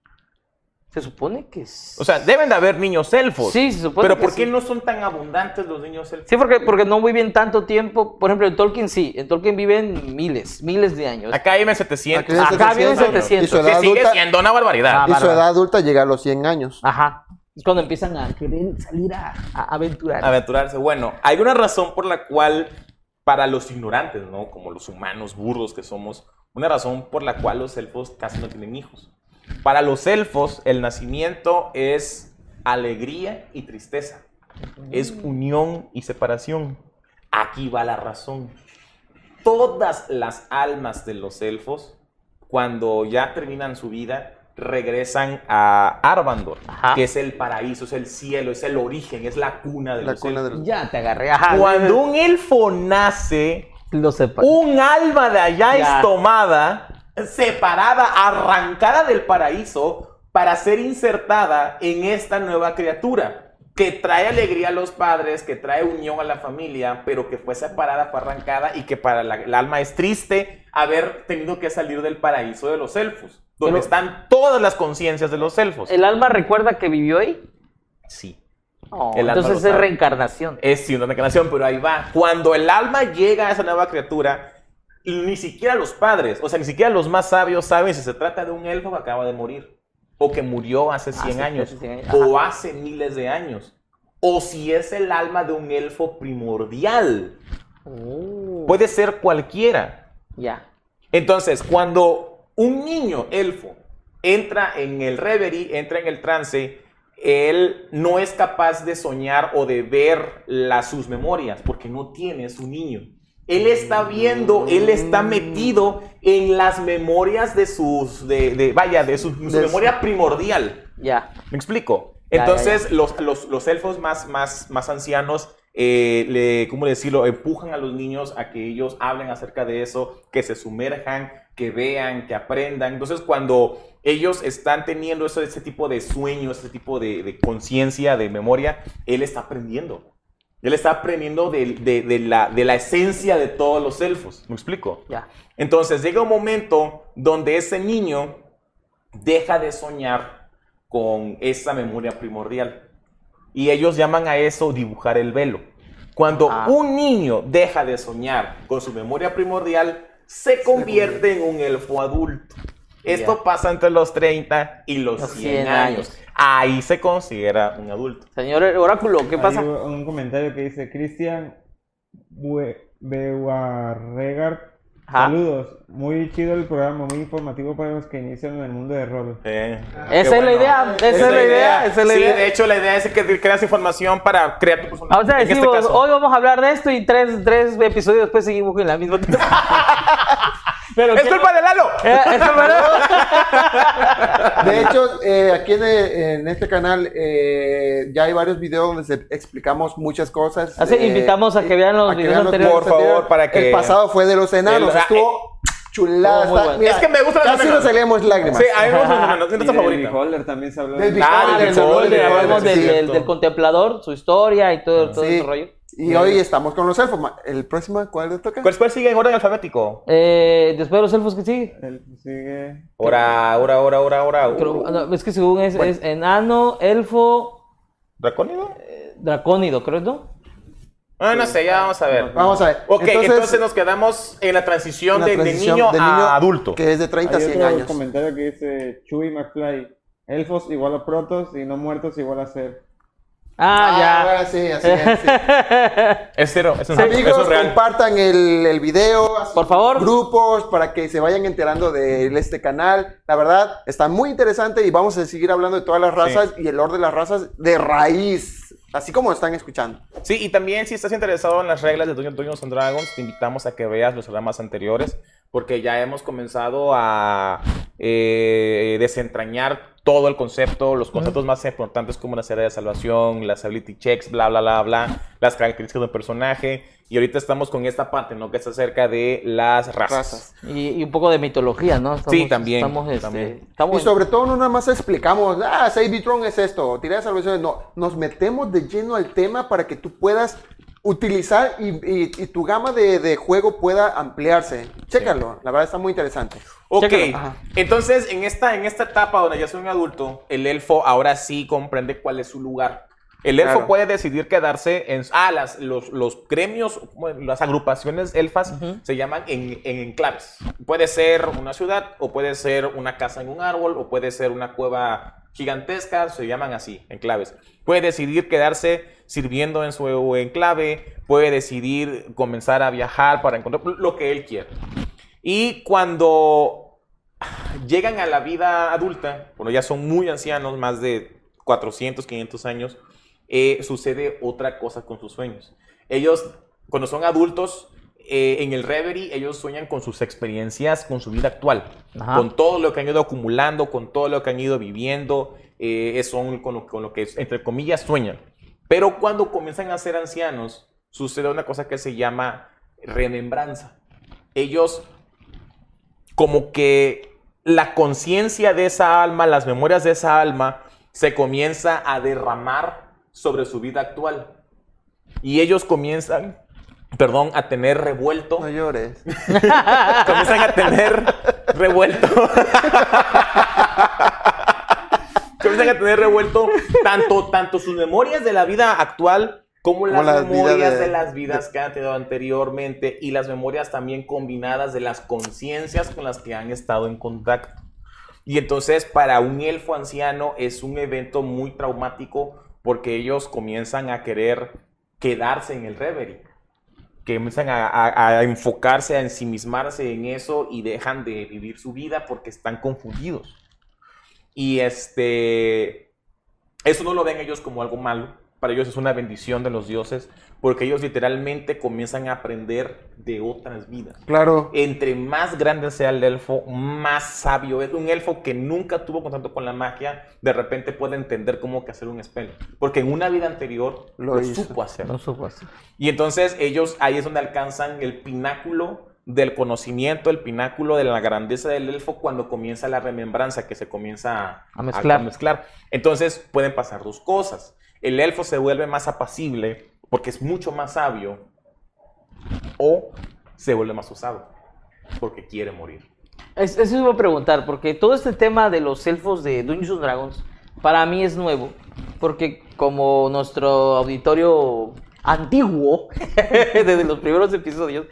Se supone que... O sea, deben de haber niños elfos. Sí, se supone pero ¿por qué no son tan abundantes los niños elfos? Sí, porque no viven tanto tiempo. Por ejemplo, en Tolkien sí. En Tolkien viven miles de años. Acá viven 700. Acá viven 700. Y su edad sigue siendo una barbaridad. Y su edad adulta llega a los 100 años. Ajá. Es cuando empiezan a querer salir a aventurar. Aventurarse. Bueno, hay una razón por la cual, para los ignorantes, ¿no? Como los humanos burdos que somos, una razón por la cual los elfos casi no tienen hijos. Para los elfos, el nacimiento es alegría y tristeza. Es unión y separación. Aquí va la razón. Todas las almas de los elfos, cuando ya terminan su vida, regresan a Arvandor, que es el paraíso, es el cielo, es el origen, es la cuna de los elfos. Ya te agarré. Cuando un elfo nace, un alma de allá es tomada, separada, arrancada del paraíso para ser insertada en esta nueva criatura que trae alegría a los padres, que trae unión a la familia, pero que fue separada, fue arrancada y que para el alma es triste haber tenido que salir del paraíso de los elfos, donde están todas las conciencias de los elfos. ¿El alma recuerda que vivió ahí? Sí. Entonces es reencarnación. Es sí, una reencarnación, pero ahí va. Cuando el alma llega a esa nueva criatura, ni siquiera los padres, o sea, ni siquiera los más sabios saben si se trata de un elfo que acaba de morir o que murió hace 100 años, o hace miles de años, o si es el alma de un elfo primordial. Puede ser cualquiera. Ya. Entonces, cuando un niño elfo entra en el reverie, entra en el trance, él no es capaz de soñar o de ver sus memorias, porque no tiene su niño. Él está viendo, él está metido en las memorias de su memoria primordial. Ya. ¿Me explico? Entonces, ya. Los elfos más ancianos, ¿cómo decirlo? Empujan a los niños a que ellos hablen acerca de eso, que se sumerjan, que vean, que aprendan. Entonces, cuando ellos están teniendo ese tipo de sueños, ese tipo de conciencia, de memoria, él está aprendiendo. Él está aprendiendo de la esencia de todos los elfos. ¿Me explico? Ya. Entonces, llega un momento donde ese niño deja de soñar con esa memoria primordial. Y ellos llaman a eso dibujar el velo. Cuando un niño deja de soñar con su memoria primordial, se convierte en un elfo adulto. Esto pasa entre los 30 y los 100 años. Ahí se considera un adulto. Señor Oráculo, ¿qué pasa? Hay un comentario que dice Cristian Beguarregard. Saludos, muy chido el programa, muy informativo para los que inician en el mundo de rol. Esa es la idea, esa es la idea. Sí, de hecho la idea es que creas información para crear tu personaje. O sea, decimos, hoy vamos a hablar de esto y tres episodios después seguimos con la misma. Pero ¡es culpa de Lalo! ¿Es culpa de Lalo? De hecho, aquí en este canal ya hay varios videos donde explicamos muchas cosas. Así invitamos a que vean los videos anteriores. Por favor, para que... El pasado fue de los enanos, estuvo chulada. Bueno. Mira, es que me gusta casi nos salíamos lágrimas. Sí, a mí me gusta los enanos. ¿Quién es tu favorito? Beholder también se habló del Beholder. Hablamos del contemplador, su historia y todo ese rollo. Y hoy estamos con los elfos. ¿El próximo cuál le toca? ¿Cuál sigue en orden alfabético? Después de los elfos, ¿qué sigue? Sigue... Ora. Es que según es enano, elfo... ¿Dracónido? Dracónido, creo, ¿no? No sé, ya vamos a ver. Vamos a ver. Ok, entonces nos quedamos en la transición de niño a adulto. Que es de 30 a 100 años. Hay otro comentario que dice Chewie McFly. Elfos igual a protos y no muertos igual a ser. Ya. Ahora sí, así es. Sí. Es cero, eso Amigos, es real. compartan el video. Por favor. Grupos para que se vayan enterando de este canal. La verdad, está muy interesante y vamos a seguir hablando de todas las razas y el lore de las razas de raíz. Así como están escuchando. Sí, y también si estás interesado en las reglas de Dungeons & Dragons, te invitamos a que veas los programas anteriores, porque ya hemos comenzado a desentrañar todo el concepto, los conceptos más importantes como la serie de salvación, las ability checks, bla, bla, bla, bla, las características de un personaje. Y ahorita estamos con esta parte, ¿no? Que es acerca de las razas. Y un poco de mitología, ¿no? Sí, también. Y sobre todo no nada más explicamos, Savitron es esto, tirada de salvación. No, nos metemos de lleno al tema para que tú puedas utilizar y tu gama de juego pueda ampliarse. Chécalo, la verdad está muy interesante. Ok, entonces en esta etapa donde ya soy un adulto, el elfo ahora sí comprende cuál es su lugar. El elfo puede decidir quedarse en... los gremios, las agrupaciones elfas se llaman en enclaves. Puede ser una ciudad, o puede ser una casa en un árbol, o puede ser una cueva gigantesca, se llaman así, enclaves. Puede decidir quedarse sirviendo en su enclave, puede decidir comenzar a viajar para encontrar lo que él quiera. Y cuando llegan a la vida adulta, cuando ya son muy ancianos, más de 400, 500 años, sucede otra cosa con sus sueños. Ellos, cuando son adultos, en el reverie, ellos sueñan con sus experiencias, con su vida actual, con todo lo que han ido acumulando, con todo lo que han ido viviendo, son con lo que, entre comillas, sueñan. Pero cuando comienzan a ser ancianos, sucede una cosa que se llama remembranza. Ellos, como que la conciencia de esa alma, las memorias de esa alma, se comienza a derramar sobre su vida actual. Y ellos comienzan, a tener revuelto. No llores. Comienzan a tener revuelto. Comienzan a tener revuelto tanto sus memorias de la vida actual como las memorias de las vidas que han tenido anteriormente, y las memorias también combinadas de las conciencias con las que han estado en contacto. Y entonces para un elfo anciano es un evento muy traumático porque ellos comienzan a querer quedarse en el reverie, que comienzan a enfocarse, a ensimismarse en eso y dejan de vivir su vida porque están confundidos. Y eso no lo ven ellos como algo malo, para ellos es una bendición de los dioses, porque ellos literalmente comienzan a aprender de otras vidas. Claro. Entre más grande sea el elfo, más sabio es. Un elfo que nunca tuvo contacto con la magia, de repente puede entender cómo hacer un spell, porque en una vida anterior lo supo hacer. Y entonces ellos ahí es donde alcanzan el pináculo del conocimiento, el pináculo de la grandeza del elfo cuando comienza la remembranza, que se comienza a mezclar. Entonces pueden pasar dos cosas. El elfo se vuelve más apacible porque es mucho más sabio, o se vuelve más usado porque quiere morir. Eso iba a preguntar, porque todo este tema de los elfos de Dungeons & Dragons para mí es nuevo, porque como nuestro auditorio antiguo, desde los primeros episodios,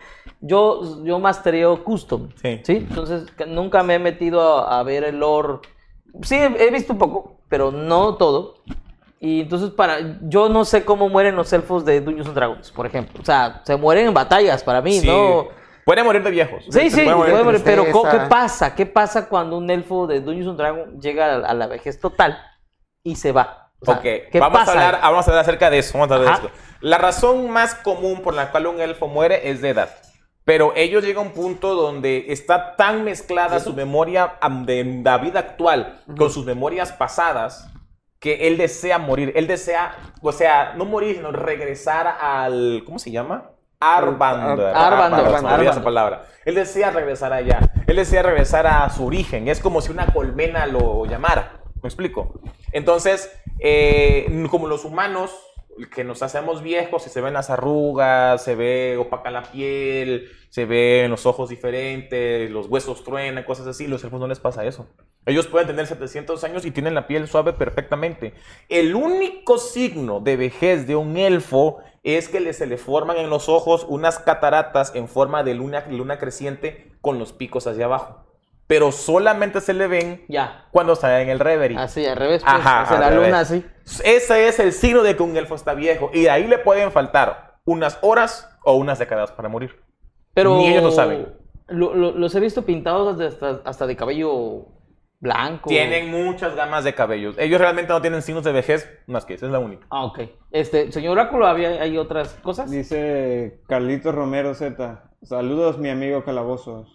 yo mastereo custom, ¿sí? Entonces nunca me he metido a ver el lore. Sí, he visto un poco, pero no todo. Y entonces yo no sé cómo mueren los elfos de Dungeons & Dragons, por ejemplo. O sea, se mueren en batallas para mí, ¿no? Pueden morir de viejos. Sí, pueden morir, pero ¿qué pasa? ¿Qué pasa cuando un elfo de Dungeons & Dragons llega a la vejez total y se va? O sea, vamos a hablar acerca de eso. Vamos a hablar de esto. La razón más común por la cual un elfo muere es de edad. Pero ellos llegan a un punto donde está tan mezclada su memoria de la vida actual con sus memorias pasadas que él desea morir. Él desea, o sea, no morir, sino regresar al... ¿Cómo se llama? Arbandor. Esa palabra. Él desea regresar allá. Él desea regresar a su origen. Es como si una colmena lo llamara. ¿Me explico? Entonces, como los humanos, que nos hacemos viejos y se ven las arrugas, se ve opaca la piel, se ven los ojos diferentes, los huesos truenan, cosas así, los elfos no les pasa eso. Ellos pueden tener 700 años y tienen la piel suave perfectamente. El único signo de vejez de un elfo es que se le forman en los ojos unas cataratas en forma de luna creciente con los picos hacia abajo. Pero solamente se le ven cuando está en el reverie. Así, al revés. Pues, la luna así. Ese es el signo de que un elfo está viejo. Y de ahí le pueden faltar unas horas o unas décadas para morir. Pero ni ellos lo saben. Los he visto pintados hasta de cabello blanco. Tienen muchas gamas de cabellos. Ellos realmente no tienen signos de vejez, más que esa es la única. Ah, ok. Señor Oráculo, ¿hay otras cosas? Dice Carlitos Romero Z. Saludos, mi amigo Calabozos.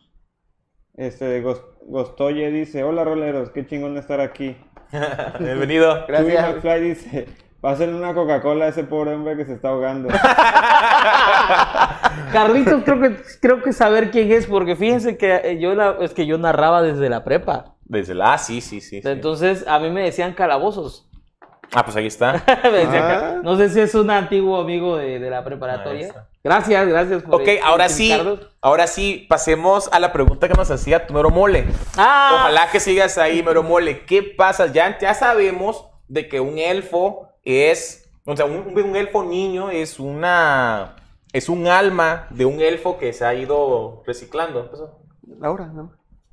Gostoye dice: hola roleros, qué chingón estar aquí. Bienvenido. Gracias. McFly dice: pásenle una Coca-Cola a ese pobre hombre que se está ahogando. Carlitos, creo que saber quién es, porque fíjense que yo narraba desde la prepa. Sí. Entonces a mí me decían Calabozos. Pues ahí está. No sé si es un antiguo amigo de la preparatoria. Gracias por ahora sí, pasemos a la pregunta que nos hacía tu Mero Mole. Ojalá que sigas ahí, Mero Mole. ¿Qué pasa? Ya sabemos de que un elfo es, o sea, un elfo niño es un alma de un elfo que se ha ido reciclando. Ahora, ¿no?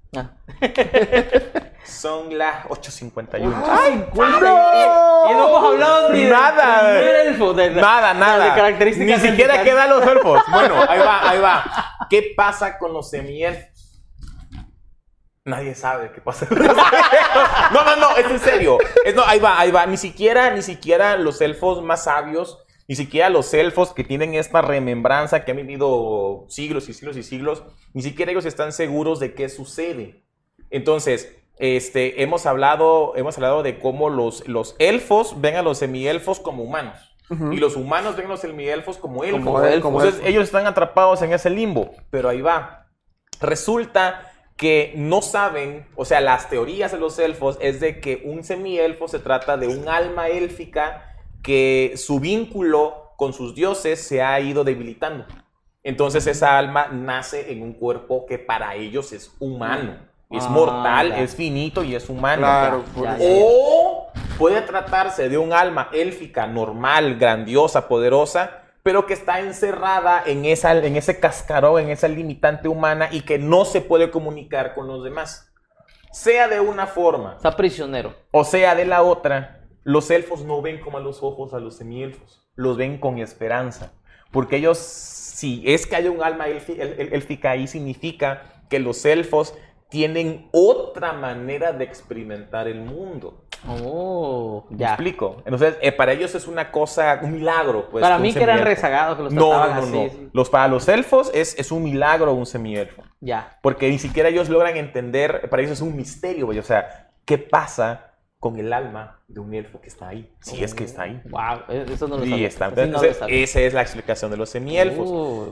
Son las 8:51. ¡Ay, cuándo! Y no hemos hablado ni nada. De elfo, nada. De características ni siquiera quedan los elfos. Bueno, ahí va. ¿Qué pasa con los semielfos? Nadie sabe qué pasa con los semielfos. No, es en serio. Ahí va. Ni siquiera los elfos más sabios, ni siquiera los elfos que tienen esta remembranza que han vivido siglos y siglos y siglos, ni siquiera ellos están seguros de qué sucede. Entonces, hemos hablado de cómo los elfos ven a los semielfos como humanos. Y los humanos ven a los semielfos como elfos. Entonces, ellos están atrapados en ese limbo. Pero ahí va. Resulta que no saben, o sea, las teorías de los elfos es de que un semielfo se trata de un alma élfica que su vínculo con sus dioses se ha ido debilitando. Entonces esa alma nace en un cuerpo que para ellos es humano. Es mortal, es finito y es humano. Claro, o puede tratarse de un alma élfica normal, grandiosa, poderosa, pero que está encerrada en ese cascarón, en esa limitante humana y que no se puede comunicar con los demás. sea de una forma. Está prisionero. O sea de la otra, los elfos no ven como a los ojos a los semielfos. Los ven con esperanza. Porque ellos, si es que hay un alma élfica ahí, significa que los elfos tienen otra manera de experimentar el mundo. Oh, ya. ¿Me explico? Entonces, para ellos es una cosa, un milagro. Pues, para mí que eran rezagados, que los trataban así. Sí. Para los elfos es un milagro un semielfo. Ya. Porque ni siquiera ellos logran entender, para ellos es un misterio, güey. O sea, ¿qué pasa con el alma de un elfo que está ahí? Si es que está ahí. Wow, eso no lo sabía. Entonces, esa es la explicación de los semielfos.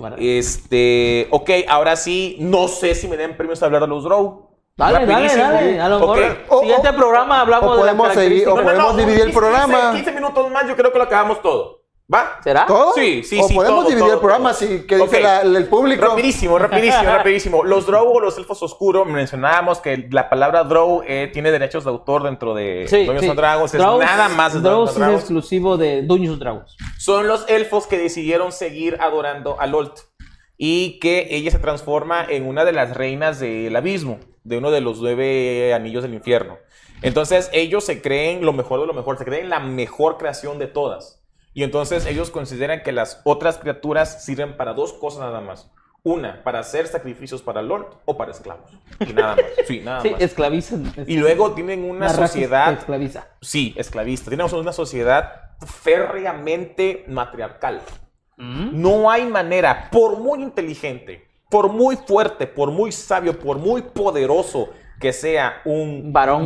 Ok, ahora sí, no sé si me den premios a hablar de los drow. Dale. A lo mejor siguiente programa hablamos de podemos seguir, o podemos dividir el programa. 15 minutos más, yo creo que lo acabamos todo. ¿Va? ¿Será? ¿Todo? Sí. O podemos dividir el programa, que dice el público. Rapidísimo. Los drow o los elfos oscuros, mencionábamos que la palabra drow tiene derechos de autor dentro de Dungeons and Dragons. Es nada más de Drow es exclusivo de Dungeons and Dragons. Son los elfos que decidieron seguir adorando a Lolt. Y que ella se transforma en una de las reinas del abismo, de uno de los 9 anillos del infierno. Entonces ellos se creen lo mejor de lo mejor, se creen la mejor creación de todas. Y entonces ellos consideran que las otras criaturas sirven para 2 cosas nada más. Una, para hacer sacrificios para Lord o para esclavos. Y nada más. Sí, nada más. Esclavizan. Y luego tienen una sociedad... Esclaviza. Sí, esclavista. Tienen una sociedad férreamente matriarcal. No hay manera, por muy inteligente, por muy fuerte, por muy sabio, por muy poderoso que sea un varón,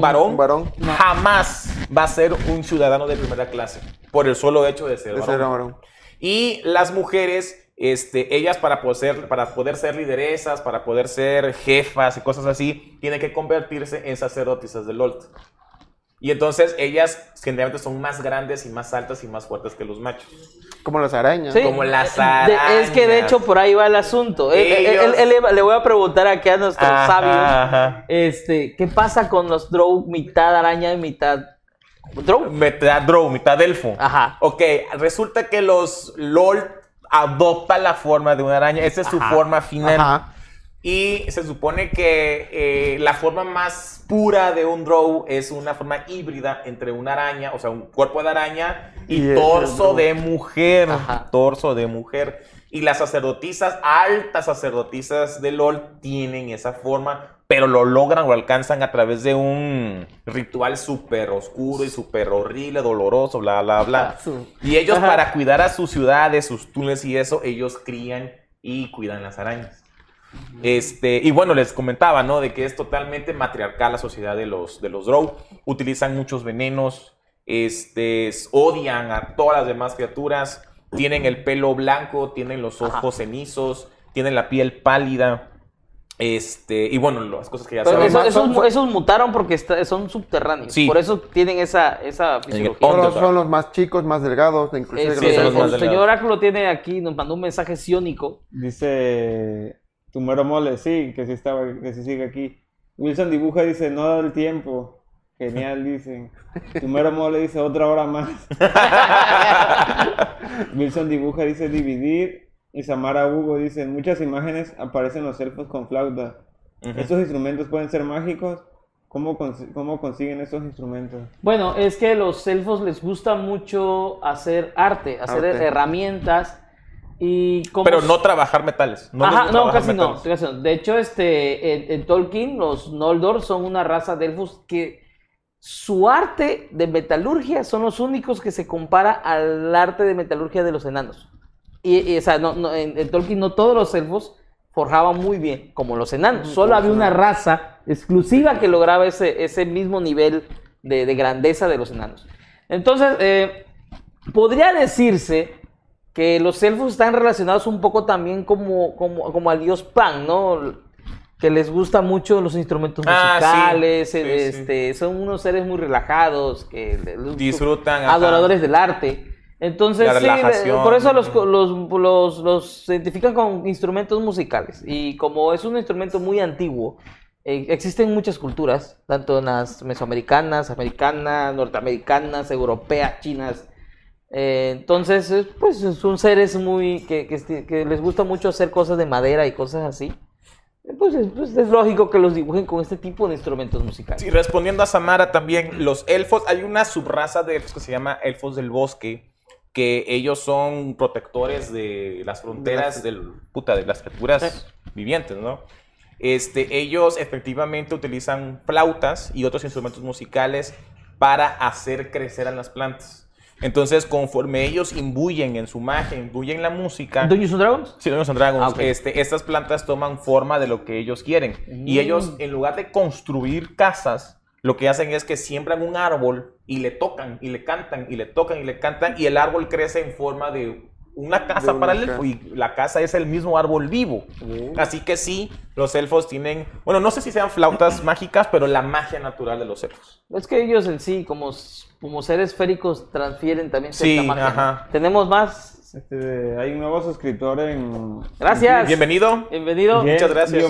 jamás va a ser un ciudadano de primera clase por el solo hecho de ser varón. Y las mujeres, ellas para poder ser lideresas, para poder ser jefas y cosas así, tienen que convertirse en sacerdotisas de Lolt. Y entonces ellas generalmente son más grandes y más altas y más fuertes que los machos. Como las arañas. Sí. Como las arañas. Es que de hecho por ahí va el asunto. Le voy a preguntar aquí a nuestros sabios. ¿Qué pasa con los drow mitad araña y mitad drow? Mitad drow, mitad elfo. Ajá. Ok, resulta que los Lolt adoptan la forma de una araña. Esa es su forma final. Ajá. Y se supone que la forma más pura de un drow es una forma híbrida entre una araña, o sea, un cuerpo de araña y torso de mujer. Ajá. Torso de mujer. Y las sacerdotisas, altas sacerdotisas de LOL, tienen esa forma, pero lo logran o alcanzan a través de un ritual súper oscuro y súper horrible, doloroso, bla, bla, bla. Y ellos, para cuidar a sus ciudades, sus túneles y eso, ellos crían y cuidan las arañas. Y bueno, les comentaba, ¿no? De que es totalmente matriarcal la sociedad de los drow. Utilizan muchos venenos, odian a todas las demás criaturas, tienen el pelo blanco, tienen los ojos cenizos, tienen la piel pálida. Y bueno, las cosas que ya saben. Esos mutaron porque son subterráneos. Sí. Por eso tienen esa fisiología. Son los más chicos, más delgados. Inclusive el señor Oráculo tiene aquí, nos mandó un mensaje ciónico. Dice Tumero Mole, sí, que sí sigue aquí. Wilson dibuja, dice, no da el tiempo. Genial, dicen. Tumero Mole dice, otra hora más. Wilson dibuja, dice, dividir. Y Samara Hugo dice, en muchas imágenes aparecen los elfos con flauta. ¿Estos instrumentos pueden ser mágicos? ¿Cómo consiguen esos instrumentos? Bueno, es que a los elfos les gusta mucho hacer arte. Herramientas. Pero no trabajar metales. Casi no. De hecho, en Tolkien, los Noldor son una raza de elfos que su arte de metalurgia son los únicos que se compara al arte de metalurgia de los enanos. O sea, en Tolkien no todos los elfos forjaban muy bien como los enanos. Solo había una raza exclusiva que lograba ese mismo nivel de grandeza de los enanos. Entonces, podría decirse que los elfos están relacionados un poco también como al dios Pan, ¿no? Que les gusta mucho los instrumentos musicales, sí. Son unos seres muy relajados, que disfrutan, adoradores del arte. Entonces, por eso los identifican con instrumentos musicales. Y como es un instrumento muy antiguo, existen muchas culturas, tanto en las mesoamericanas, americanas, norteamericanas, europeas, chinas. Entonces, pues son seres muy que les gusta mucho hacer cosas de madera y cosas así. Pues es lógico que los dibujen con este tipo de instrumentos musicales. Sí, respondiendo a Samara también, los elfos, hay una subraza de elfos que se llama elfos del bosque, que ellos son protectores de las fronteras de las criaturas vivientes, ¿no? Ellos efectivamente utilizan flautas y otros instrumentos musicales para hacer crecer a las plantas. Entonces, conforme ellos imbuyen en su magia, imbuyen la música... ¿Dungeons and Dragons? Sí, Dungeons and Dragons. Okay. Estas plantas toman forma de lo que ellos quieren. Y ellos, en lugar de construir casas, lo que hacen es que siembran un árbol y le tocan, y le cantan, y le tocan, y le cantan, y el árbol crece en forma de una casa para el elfo, y la casa es el mismo árbol vivo. Así que sí, los elfos tienen... Bueno, no sé si sean flautas mágicas, pero la magia natural de los elfos. Es que ellos en sí, como seres esféricos, transfieren también cierta magia. Ajá. ¿Tenemos más? Hay un nuevo suscriptor en... Gracias. Bienvenido. Muchas gracias.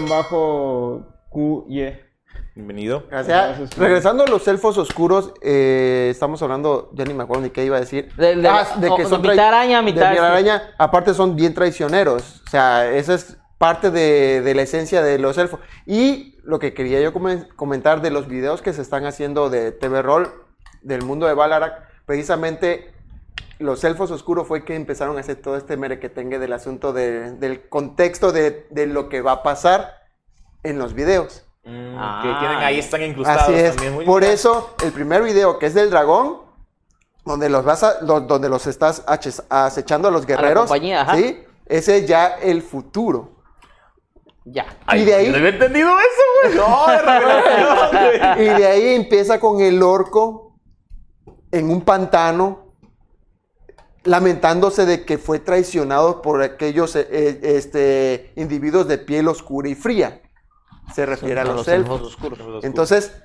QY. Bienvenido. Gracias. Regresando a los elfos oscuros, estamos hablando, ya ni me acuerdo ni qué iba a decir. De que son mitad araña, mitad... mitad araña, aparte son bien traicioneros. O sea, esa es parte de la esencia de los elfos. Y lo que quería yo comentar de los videos que se están haciendo de TV Roll, del mundo de Valarak, precisamente los elfos oscuros fue que empezaron a hacer todo este merequetengue del asunto del contexto de lo que va a pasar en los videos. Que tienen ahí, están incrustados. Así es. También. Muy por bien. eso, el primer video, que es del dragón, donde los estás acechando a los guerreros, a la compañía, ajá. ¿sí? Ese es ya el futuro. Ya. Y de ahí... ¿No había entendido eso, güey? No, de revelación, güey. Y de ahí empieza con el orco en un pantano, lamentándose de que fue traicionado por aquellos individuos de piel oscura y fría. Se refiere a los elfos oscuros. Entonces,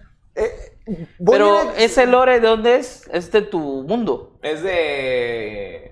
pero ese lore, ¿de dónde es? Es de tu mundo. Es de...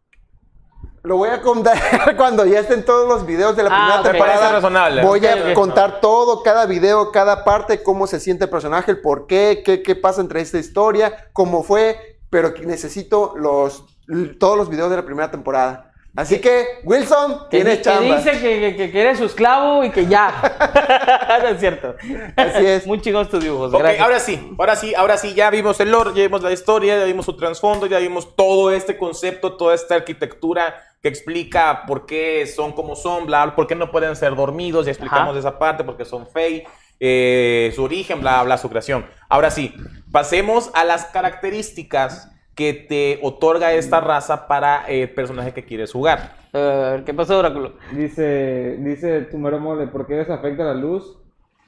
Lo voy a contar cuando ya estén todos los videos de la primera temporada. Parece razonable. Voy a contar todo, cada video, cada parte, cómo se siente el personaje, el por qué pasa entre esta historia, cómo fue, pero necesito todos los videos de la primera temporada. Así que, Wilson, tienes chamba. Que dice que eres su esclavo y que ya. No es cierto. Así es. Muy chingón tus dibujos. Ok, gracias. ahora sí, ya vimos el lore, ya vimos la historia, ya vimos su trasfondo, ya vimos todo este concepto, toda esta arquitectura que explica por qué son como son, por qué no pueden ser dormidos, ya explicamos esa parte, porque son fey, su origen, bla, bla, su creación. Ahora sí, pasemos a las características que te otorga esta raza para el personaje que quieres jugar. ¿Qué pasó, Oráculo? Dice Tumero Mole, ¿por qué les afecta la luz?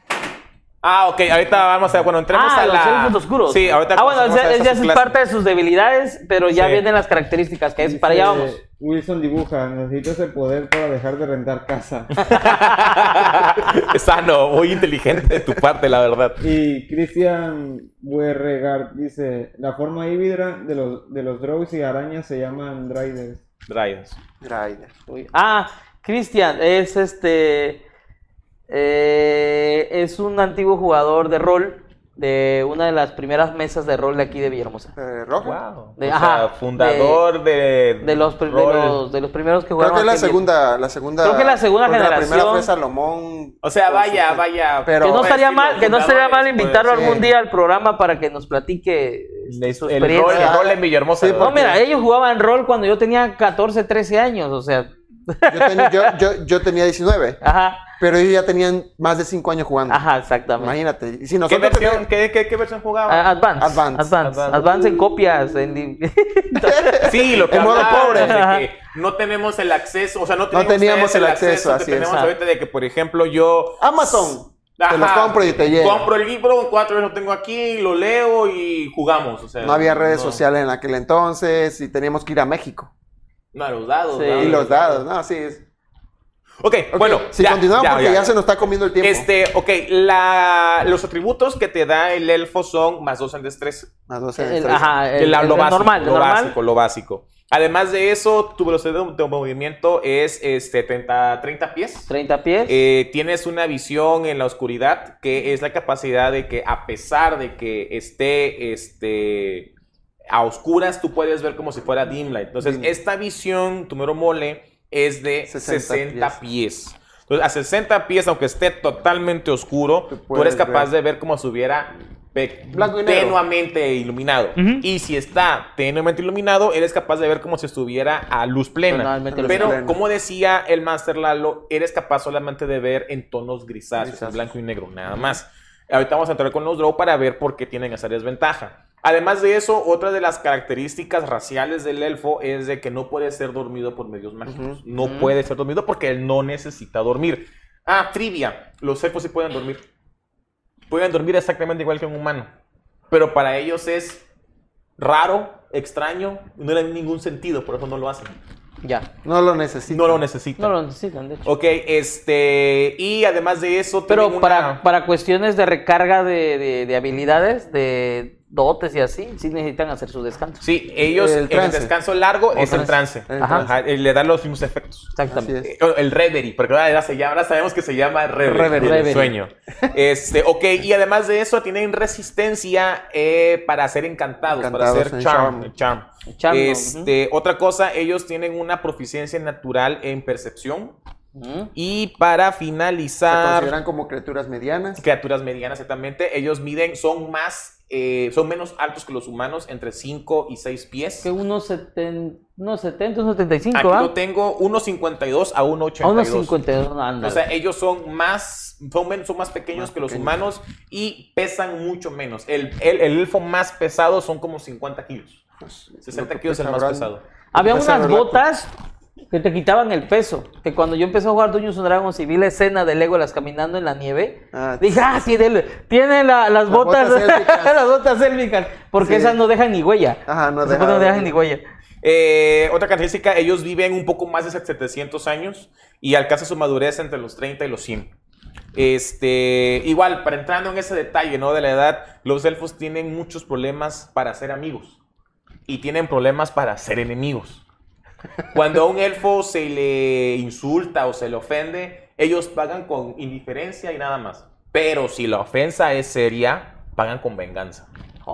Ok, ahorita vamos a... Bueno, entremos a los elfos oscuros. Sí, ahorita... bueno, esa es parte de sus debilidades, pero ya vienen las características, que es para allá vamos. Wilson dibuja, necesito ese poder para dejar de rentar casa. Sano, muy inteligente de tu parte, la verdad. Y Cristian Buerregar dice, la forma híbrida de los drows y arañas se llaman Driders. Driders. Cristian, es un antiguo jugador de rol de una de las primeras mesas de rol de aquí de Villahermosa. Wow. Fundador de los primeros que jugaron. Creo que es la segunda. Creo que la segunda generación. La primera fue Salomón. O sea, vaya. Pero que no estaría mal invitarlo algún día al programa para que nos platique su experiencia. El rol en Villahermosa. Sí, no, mira, ellos jugaban rol cuando yo tenía 14, 13 años, o sea. Yo tenía 19. Ajá. Pero ellos ya tenían más de 5 años jugando. Ajá, exactamente. Imagínate. Y si nosotros ¿Qué versión jugaban? Advance en copias. Sí, lo que en modo pobre. De que no tenemos el acceso, o sea, no teníamos el acceso que tenemos ahorita de que, por ejemplo, yo... Amazon. Te los compro y te llevo. Compro el libro, 4 veces lo tengo aquí, lo leo y jugamos. O sea, no había redes sociales en aquel entonces y teníamos que ir a México. No, los dados. Sí. Y los dados, no, sí es. Ok, bueno. Si continuamos porque ya se nos está comiendo el tiempo. Los atributos que te da el elfo son +2 en destreza. +2 en destreza. Lo básico. Además de eso, tu velocidad de movimiento es 30 pies. 30 pies. Tienes una visión en la oscuridad, que es la capacidad de que a pesar de que esté a oscuras, tú puedes ver como si fuera dim light. Entonces, esta visión, Tumero Mole, es de 60 pies. Entonces, a 60 pies, aunque esté totalmente oscuro, tú eres capaz de ver como si hubiera tenuamente iluminado. Y si está tenuamente iluminado, eres capaz de ver como si estuviera a luz plena. Pero, como decía el Master Lalo, eres capaz solamente de ver en tonos grisáceos, en blanco y negro, nada más. Ahorita vamos a entrar con los Drow para ver por qué tienen esa desventaja. Además de eso, otra de las características raciales del elfo es de que no puede ser dormido por medios mágicos. No puede ser dormido porque él no necesita dormir. Trivia. Los elfos sí pueden dormir. Pueden dormir exactamente igual que un humano. Pero para ellos es raro, extraño, no le da ningún sentido, por eso no lo hacen. Ya. No lo necesitan. No lo necesitan, de hecho. Ok, y además de eso... Pero para cuestiones de recarga de habilidades, de dotes y así, sí necesitan hacer su descanso. Sí, ellos, el descanso largo es el trance. Ajá. Le dan los mismos efectos. Exactamente. El reverie, porque ahora sabemos que se llama reverie. El sueño. Ok, y además de eso tienen resistencia para ser encantados para hacer charm. Otra cosa, ellos tienen una proficiencia natural en percepción. Y para finalizar... Se consideran como criaturas medianas. Criaturas medianas, exactamente. Ellos son menos altos que los humanos, entre 5 y 6 pies. Que unos 70, unos 75, Aquí lo tengo, 1.52 a 1.82. 1.52, anda. O sea, ellos son más pequeños que los humanos y pesan mucho menos. El elfo más pesado son como 50 kilos. 60 kilos es el más pesado. Había unas botas que te quitaban el peso. Que cuando yo empecé a jugar Dungeons & Dragons y vi la escena de Legolas caminando en la nieve, dije, sí, tiene las botas élficas. Las botas élficas. Porque esas no dejan ni huella. No dejan ni huella. Otra característica, ellos viven un poco más de 700 años y alcanzan su madurez entre los 30 y los 100. Igual, para entrando en ese detalle, ¿no? De la edad, los elfos tienen muchos problemas para ser amigos y tienen problemas para ser enemigos. Cuando a un elfo se le insulta o se le ofende, ellos pagan con indiferencia y nada más. Pero si la ofensa es seria, pagan con venganza.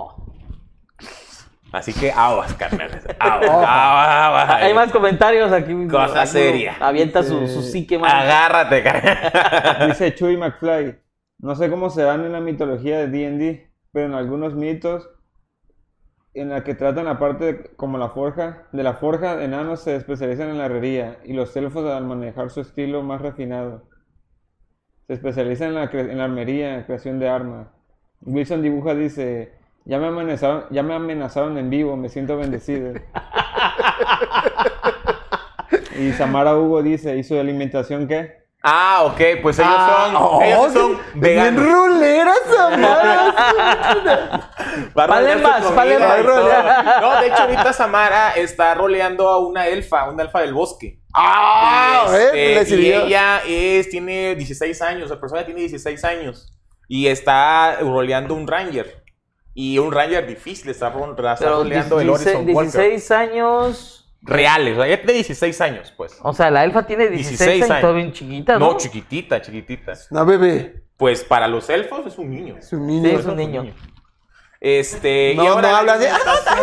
Así que aguas, carnales. Aguas. Hay más comentarios aquí. Cosa seria. Avienta su psique más. Agárrate, carnal. Dice Chuy McFly. No sé cómo se dan en la mitología de D&D, pero en algunos mitos en la que tratan aparte como la forja, enanos se especializan en la herrería y los elfos al manejar su estilo más refinado. Se especializan en la armería, creación de armas. Wilson dibuja, dice, ya me amenazaron en vivo, me siento bendecido. Y Samara Hugo dice, ¿y su alimentación qué? Ok, pues ellos son veganos. ¡Bien ruleras, Samara! Palemas. No, de hecho ahorita Samara está roleando a una elfa del bosque. Y ella tiene 16 años, la persona tiene 16 años. Y está roleando un ranger. Y un ranger difícil, está roleando el Horizon Walker. 16 años... Reales, o sea, ella tiene 16 años, pues. O sea, la elfa tiene 16 años, todavía bien chiquita, ¿no? No, chiquitita. Una bebé. Pues para los elfos es un niño. Es un niño. Sí, es un niño. Y ahora habla de...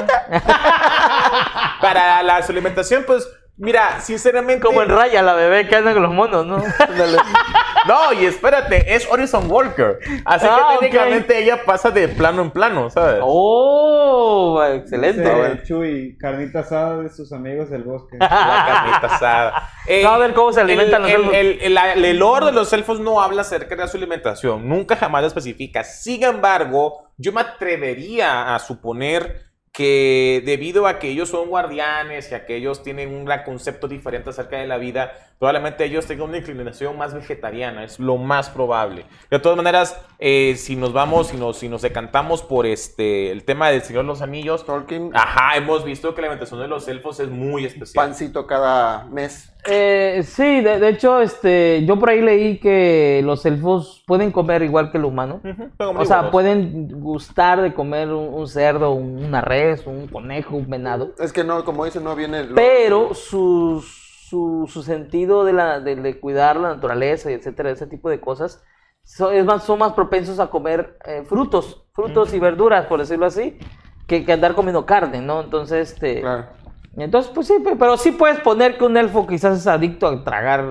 Para la alimentación, pues, mira, sinceramente... Como en Raya, la bebé que anda con los monos, ¿no? No, y espérate, es Horizon Walker. Así que técnicamente ella pasa de plano en plano, ¿sabes? Excelente. Chuy, carnita asada de sus amigos del bosque. La carnita asada. A ver cómo se alimentan los elfos. El lore de los elfos no habla acerca de su alimentación. Nunca jamás lo especifica. Sin embargo, yo me atrevería a suponer que debido a que ellos son guardianes y a que ellos tienen un gran concepto diferente acerca de la vida, probablemente ellos tengan una inclinación más vegetariana, es lo más probable. De todas maneras, si nos decantamos por el tema del Señor de los Anillos, Tolkien, hemos visto que la alimentación de los elfos es muy especial. Pancito cada mes. Sí, de hecho, yo por ahí leí que los elfos pueden comer igual que el humano. O sea, pueden gustar de comer un cerdo, una res, un conejo, un venado. Es que no, como dice, no viene... Pero su sentido de cuidar la naturaleza y etcétera, ese tipo de cosas, son más propensos a comer frutos y verduras, por decirlo así, que andar comiendo carne, ¿no? Entonces, Claro. Entonces, pues sí, pero sí puedes poner que un elfo quizás es adicto a tragar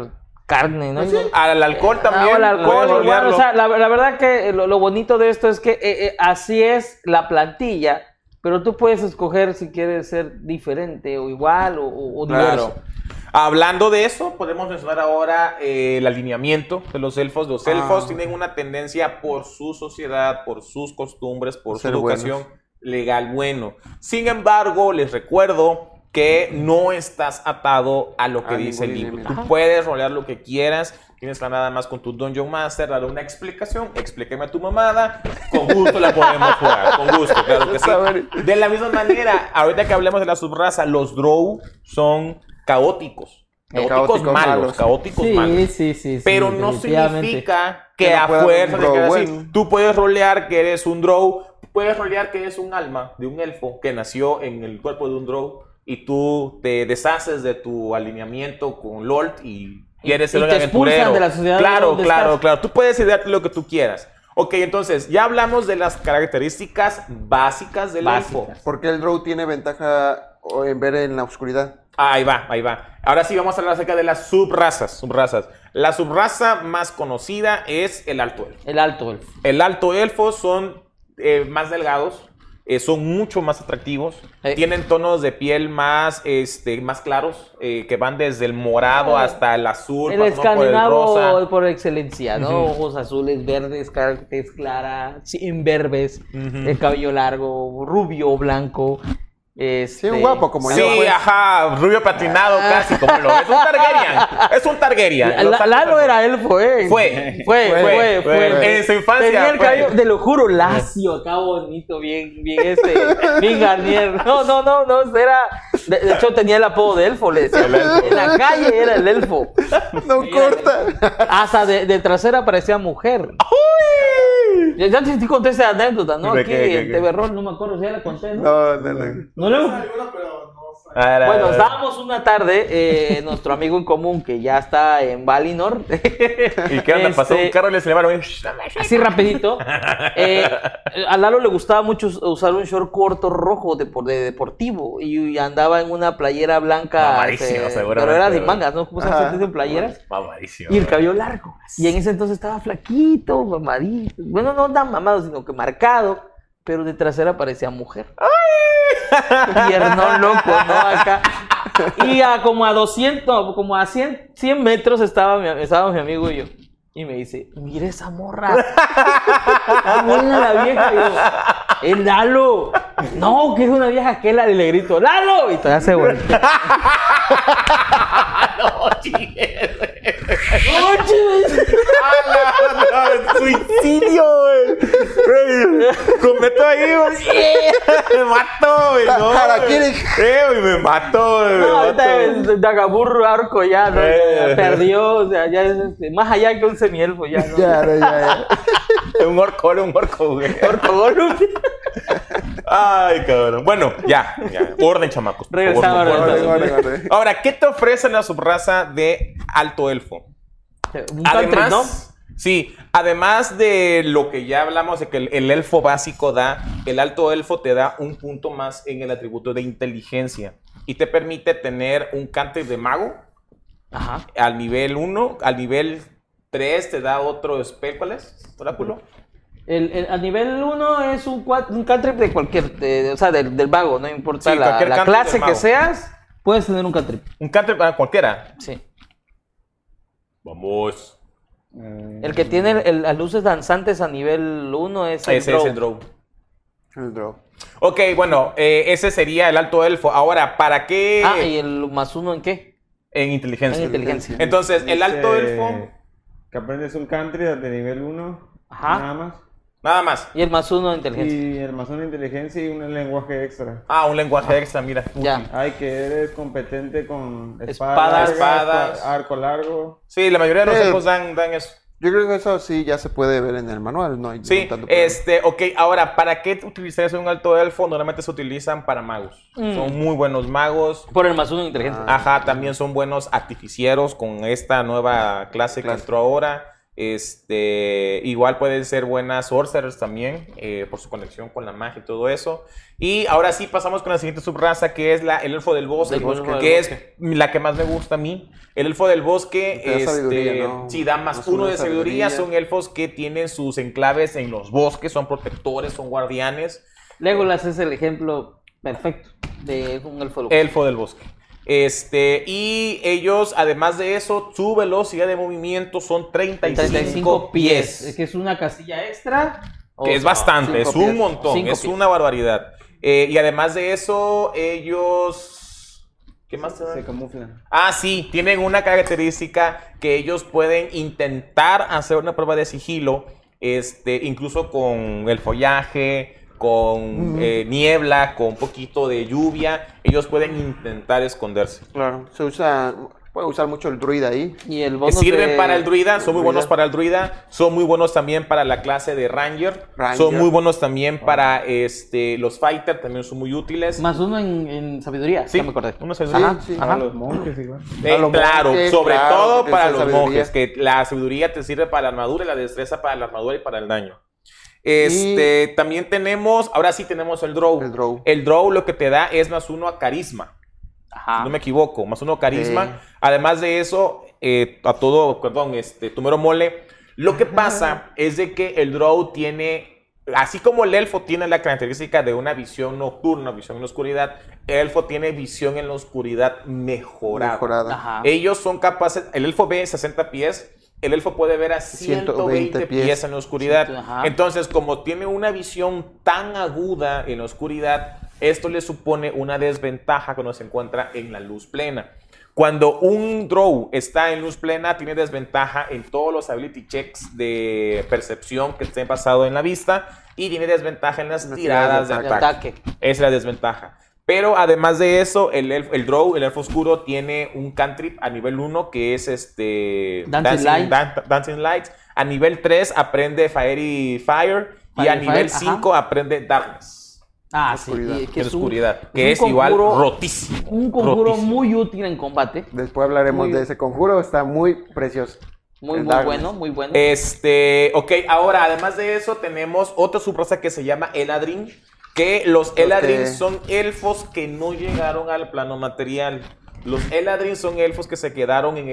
carne, ¿no? ¿Sí? Al alcohol también. Al alcohol, igual, o sea, la verdad que lo bonito de esto es que así es la plantilla, pero tú puedes escoger si quieres ser diferente o igual o diverso. Claro. Hablando de eso, podemos mencionar ahora el alineamiento de los elfos. Los elfos tienen una tendencia por su sociedad, por sus costumbres, por su educación legal bueno. Sin embargo, les recuerdo que no estás atado a lo que dice el libro. Tú puedes rolear lo que quieras. Tienes que nada más con tu Dungeon Master, darle una explicación. Explíqueme a tu mamada. Con gusto la podemos jugar. Con gusto, claro que sí. De la misma manera, ahorita que hablemos de la subraza, los Drow son caóticos. Caóticos malos. Sí. Pero no significa que a fuerza te quedes así. Tú puedes rolear que eres un Drow. Puedes rolear que eres un alma de un elfo que nació en el cuerpo de un Drow. Y tú te deshaces de tu alineamiento con Lord y quieres ser un aventurero. De la sociedad. Claro. Tú puedes idearte lo que tú quieras. Ok, entonces, ya hablamos de las características básicas del elfo. ¿Por qué el Drow tiene ventaja en ver en la oscuridad? Ahí va. Ahora sí vamos a hablar acerca de las subrazas. La subraza más conocida es el alto elfo. El alto elfo son más delgados. Son mucho más atractivos. Tienen tonos de piel más claros, que van desde el morado hasta el azul. El escandinavo por excelencia, ¿no? Ojos azules, verdes, tez clara, imberbes, el cabello largo, rubio, blanco. Sí, un guapo como yo. Sí, ajá, rubio patinado casi, como lo ves. Es un Targaryen. Lalo era elfo, Fue. En su infancia. Tenía el cabello, te lo juro, lacio, acá bonito, bien Garnier. No, era... De hecho, tenía el apodo de elfo, le decía. En la calle era el elfo. No corta. Hasta de trasera parecía mujer. Ya te conté esa anécdota, ¿no? Aquí en TV Roll, no me acuerdo si ya la conté, ¿no? No. Bueno, estábamos una tarde, nuestro amigo en común que ya está en Valinor. ¿Y qué onda? Pasó un carro y le llevaron así rapidito. A Lalo le gustaba mucho usar un short corto rojo de deportivo y andaba en una playera blanca. Mamadísimo, seguramente. Pero era de mangas, ¿no? ¿Cómo se llama en playeras? Mamadísimo. Y el cabello largo. Y en ese entonces estaba flaquito, mamadito. Bueno, no tan mamado, sino que marcado. Pero de trasera parecía mujer. Piernón loco, ¿no? Acá. Y como a 100 metros estaba mi amigo y yo. Y me dice, mira esa morra. Está buena la vieja. Y yo, es Lalo. No, que es una vieja que le grito, ¡Lalo! Y todavía se voltea. No, chingues. Suicidio, güey. Cometo ahí, güey. Me mato, güey. Me mato, güey. No, ahorita Dagabur arco ya, ¿no? Perdió, o sea, ya es más allá que un semielfo, ya, ¿no? Ya. Un orco, güey. Orco. Ay, cabrón. Bueno, ya. Orden, chamacos. Regresamos. Ahora, ¿qué te ofrece la subraza de alto elfo? Además, ¿no? Sí, además de lo que ya hablamos de que el elfo básico da, el alto elfo te da un punto más en el atributo de inteligencia y te permite tener un cantrip de mago. Ajá. Al nivel 1, al nivel 3 te da otro spell. ¿Cuál es? ¿Oráculo? Al nivel 1 es un cantrip de cualquier, o sea, del mago, no importa la clase que seas, puedes tener un cantrip. ¿Un cantrip cualquiera? Sí. Vamos. El que tiene las luces danzantes a nivel 1 es el Drow. El Drow. Ok, bueno, ese sería el alto elfo. Ahora, ¿para qué? ¿Y el +1 en qué? En inteligencia. Entonces, el alto elfo... Que aprendes un country de nivel 1, nada más. Y el +1 de inteligencia. Y el +1 de inteligencia y un lenguaje extra. Un lenguaje extra, mira. Ya. Que eres competente con espadas, arco largo. Sí, la mayoría de los elfos dan eso. Yo creo que eso sí ya se puede ver en el manual, ¿no? Sí, ok, ahora, ¿para qué utilizarías un alto elfo? Normalmente se utilizan para magos. Son muy buenos magos. Por el +1 de inteligencia. Ajá, también son buenos artificieros con esta nueva clase que entró ahora. Igual pueden ser buenas sorcerers también, por su conexión con la magia y todo eso. Y ahora sí pasamos con la siguiente subraza, que es el elfo del bosque, que es la que más me gusta a mí. El elfo del bosque, sí, da más uno de sabiduría. Son elfos que tienen sus enclaves en los bosques, son protectores, son guardianes. Legolas es el ejemplo perfecto de un elfo del bosque. Elfo del bosque. Y ellos, además de eso, su velocidad de movimiento son 35 pies. Que es una casilla extra. Que es bastante, es un montón, es una barbaridad. Y además de eso, ellos... ¿Qué más te dan? Se camuflan. Ah, sí, tienen una característica que ellos pueden intentar hacer una prueba de sigilo, incluso con el follaje, con niebla, con un poquito de lluvia, ellos pueden intentar esconderse. Claro, puede usar mucho el druida ahí. Y el bonus sirven para el druida, son muy buenos para el druida, son muy buenos también para la clase de Ranger. Son muy buenos también para los Fighter, también son muy útiles. Más uno en sabiduría, sí, no me acordé. Uno sabiduría. Para los monjes igual. Claro, sobre todo para los monjes, que la sabiduría te sirve para la armadura y la destreza para la armadura y para el daño. También tenemos, ahora sí tenemos el Drow. El Drow lo que te da es +1 a carisma. Ajá. Si no me equivoco, +1 a carisma. Además de eso, Tumero Mole, lo que pasa es de que el Drow tiene, así como el elfo tiene la característica de una visión nocturna, visión en la oscuridad, el elfo tiene visión en la oscuridad mejorada. Ajá. Ellos son capaces, el elfo ve 60 pies, el elfo puede ver a 120 pies en la oscuridad. Ajá. Entonces, como tiene una visión tan aguda en la oscuridad, esto le supone una desventaja cuando se encuentra en la luz plena. Cuando un Drow está en luz plena, tiene desventaja en todos los ability checks de percepción que estén basados en la vista y tiene desventaja en las tiradas de ataque. Esa es la desventaja. Pero además de eso, el Drow, el elfo oscuro, tiene un cantrip a nivel 1 que es Dancing Lights. A nivel 3 aprende Fire y a nivel 5 aprende Darkness. Ah, sí. Que es oscuridad. Que es igual rotísimo. Un conjuro muy útil en combate. Después hablaremos de ese conjuro. Está muy precioso. Muy bueno, muy bueno. Ok, ahora, además de eso, tenemos otra subraza que se llama Eladrin. Que los Eladrin son elfos que no llegaron al plano material. Los Eladrin son elfos que se quedaron en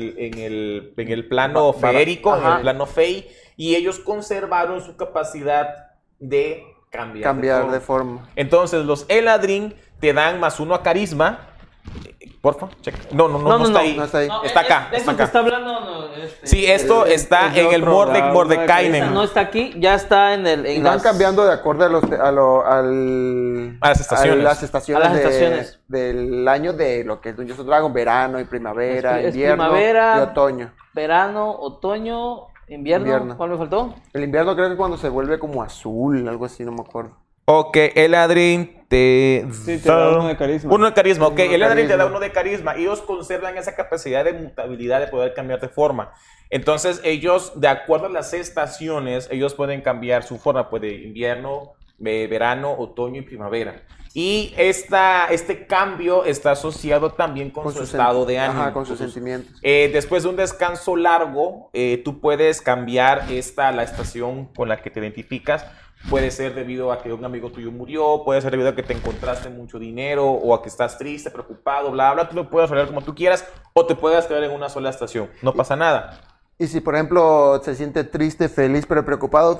el plano feérico, en el plano fey. Y ellos conservaron su capacidad de cambiar de forma. Entonces, los Eladrin te dan +1 a carisma. Porfa, checa. No está ahí. Está acá. Esto que está hablando. Sí, esto está en el Mordekainen. No está aquí, ya está en el. Van cambiando de acuerdo a las estaciones del año de lo que es Dungeons & Dragons, verano y primavera, invierno y otoño. Verano, otoño. ¿Invierno? ¿Cuál me faltó? El invierno creo que cuando se vuelve como azul, algo así, no me acuerdo. Ok, Eladrin te da uno de carisma. Uno de carisma, ok. Eladrin te da uno de carisma. Ellos conservan esa capacidad de mutabilidad de poder cambiar de forma. Entonces, ellos, de acuerdo a las estaciones, ellos pueden cambiar su forma. Puede invierno, verano, otoño y primavera. Y este cambio está asociado también con su estado de ánimo. Ajá, con sus sentimientos. Después de un descanso largo, tú puedes cambiar la estación con la que te identificas. Puede ser debido a que un amigo tuyo murió, puede ser debido a que te encontraste mucho dinero o a que estás triste, preocupado, bla, bla. Tú lo puedes arreglar como tú quieras o te puedes quedar en una sola estación. No pasa nada. Y si, por ejemplo, se siente triste, feliz, pero preocupado...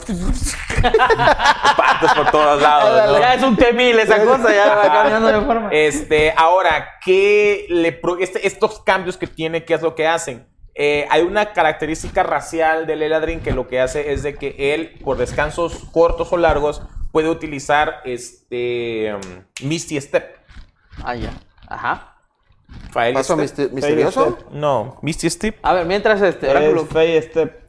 Patos por todos lados, ¿no? Ya es un temil esa cosa, ya va cambiando de forma. Ahora, estos cambios que tiene, ¿qué es lo que hacen? Hay una característica racial del Eladrin que lo que hace es de que él, por descansos cortos o largos, puede utilizar Misty Step. Ah, ya. Ajá. ¿Paso misterioso? No, Misty Step. A ver, mientras Oráculo. Fey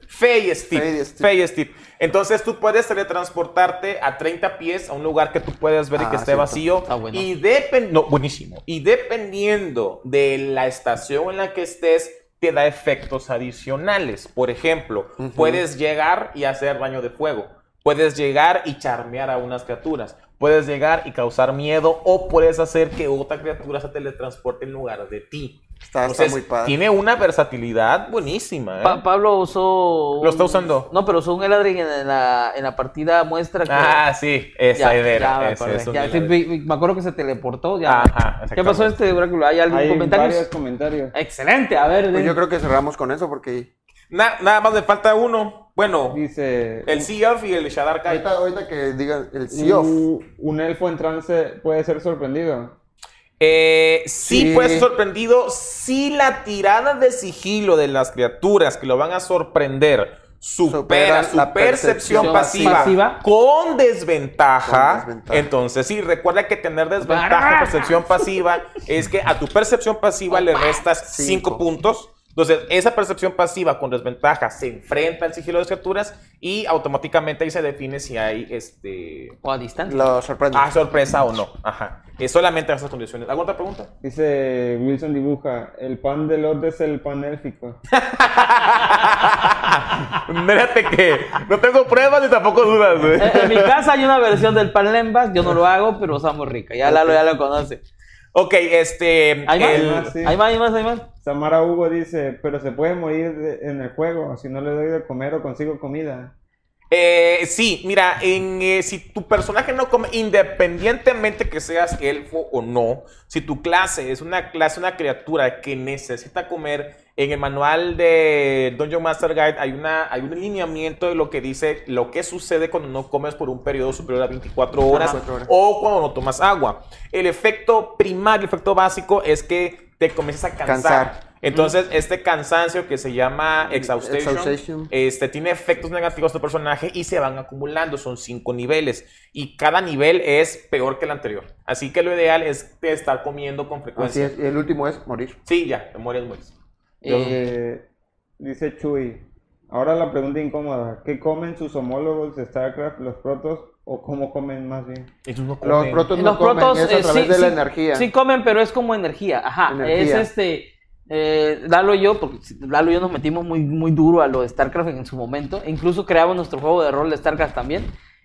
Step. Entonces tú puedes teletransportarte a 30 pies a un lugar que tú puedas ver y que esté vacío. Está bueno. Buenísimo. Y dependiendo de la estación en la que estés, te da efectos adicionales. Por ejemplo, puedes llegar y hacer baño de fuego. Puedes llegar y charmear a unas criaturas. Puedes llegar y causar miedo o puedes hacer que otra criatura se teletransporte en lugar de ti. Está muy padre. Tiene una versatilidad buenísima. Pablo usó... ¿Lo está usando? No, pero usó un Eladrin en la partida muestra. Sí, esa idea. Me acuerdo que se teleportó. Ya. Ajá, ¿qué pasó oráculo? ¿Hay algún comentario? Varios comentarios. Excelente, a ver. Pues yo creo que cerramos con eso porque... Nada más le falta uno. Bueno, dice... El Sea of y el Shadar Kai. Ahorita que diga el Sea of. Un elfo en trance puede ser sorprendido. Sí puede ser sorprendido si la tirada de sigilo de las criaturas que lo van a sorprender supera su percepción pasiva con desventaja. Entonces, sí, recuerda que tener desventaja en percepción pasiva es que a tu percepción pasiva le restas 5 puntos. Entonces, esa percepción pasiva con desventaja se enfrenta al sigilo de las criaturas y automáticamente ahí se define si hay o a distancia. Lo sorprende. Sorpresa o no. Ajá. Es solamente en esas condiciones. ¿Alguna otra pregunta? Dice Wilson Dibuja, el pan de Lord es el pan élfico. Mírate que no tengo pruebas ni tampoco dudas. En mi casa hay una versión del pan Lembas, yo no lo hago, pero está muy rica. Ya lo conoce. Ok, ¿Hay más? Samara Hugo dice, pero se puede morir en el juego si no le doy de comer o consigo comida. Sí, mira, si tu personaje no come, independientemente que seas elfo o no, si tu clase es una criatura que necesita comer, en el manual de Dungeon Master Guide hay un alineamiento de lo que dice lo que sucede cuando no comes por un periodo superior a 24 horas o cuando no tomas agua. El efecto primario, el efecto básico es que te comienzas a cansar. Entonces, este cansancio que se llama exhaustion. Tiene efectos negativos en tu personaje y se van acumulando. Son 5 niveles y cada nivel es peor que el anterior. Así que lo ideal es estar comiendo con frecuencia. Así es, y el último es morir. Sí, ya, te mueres. Dice Chuy, ahora la pregunta incómoda, ¿qué comen sus homólogos de StarCraft, los protos, o cómo comen más bien? Los protos no comen, es a través de la energía. Sí comen, pero es como energía. Ajá, energía. Lalo y yo, porque Lalo y yo nos metimos muy duro a lo de StarCraft en su momento, e incluso creamos nuestro juego de rol de StarCraft también.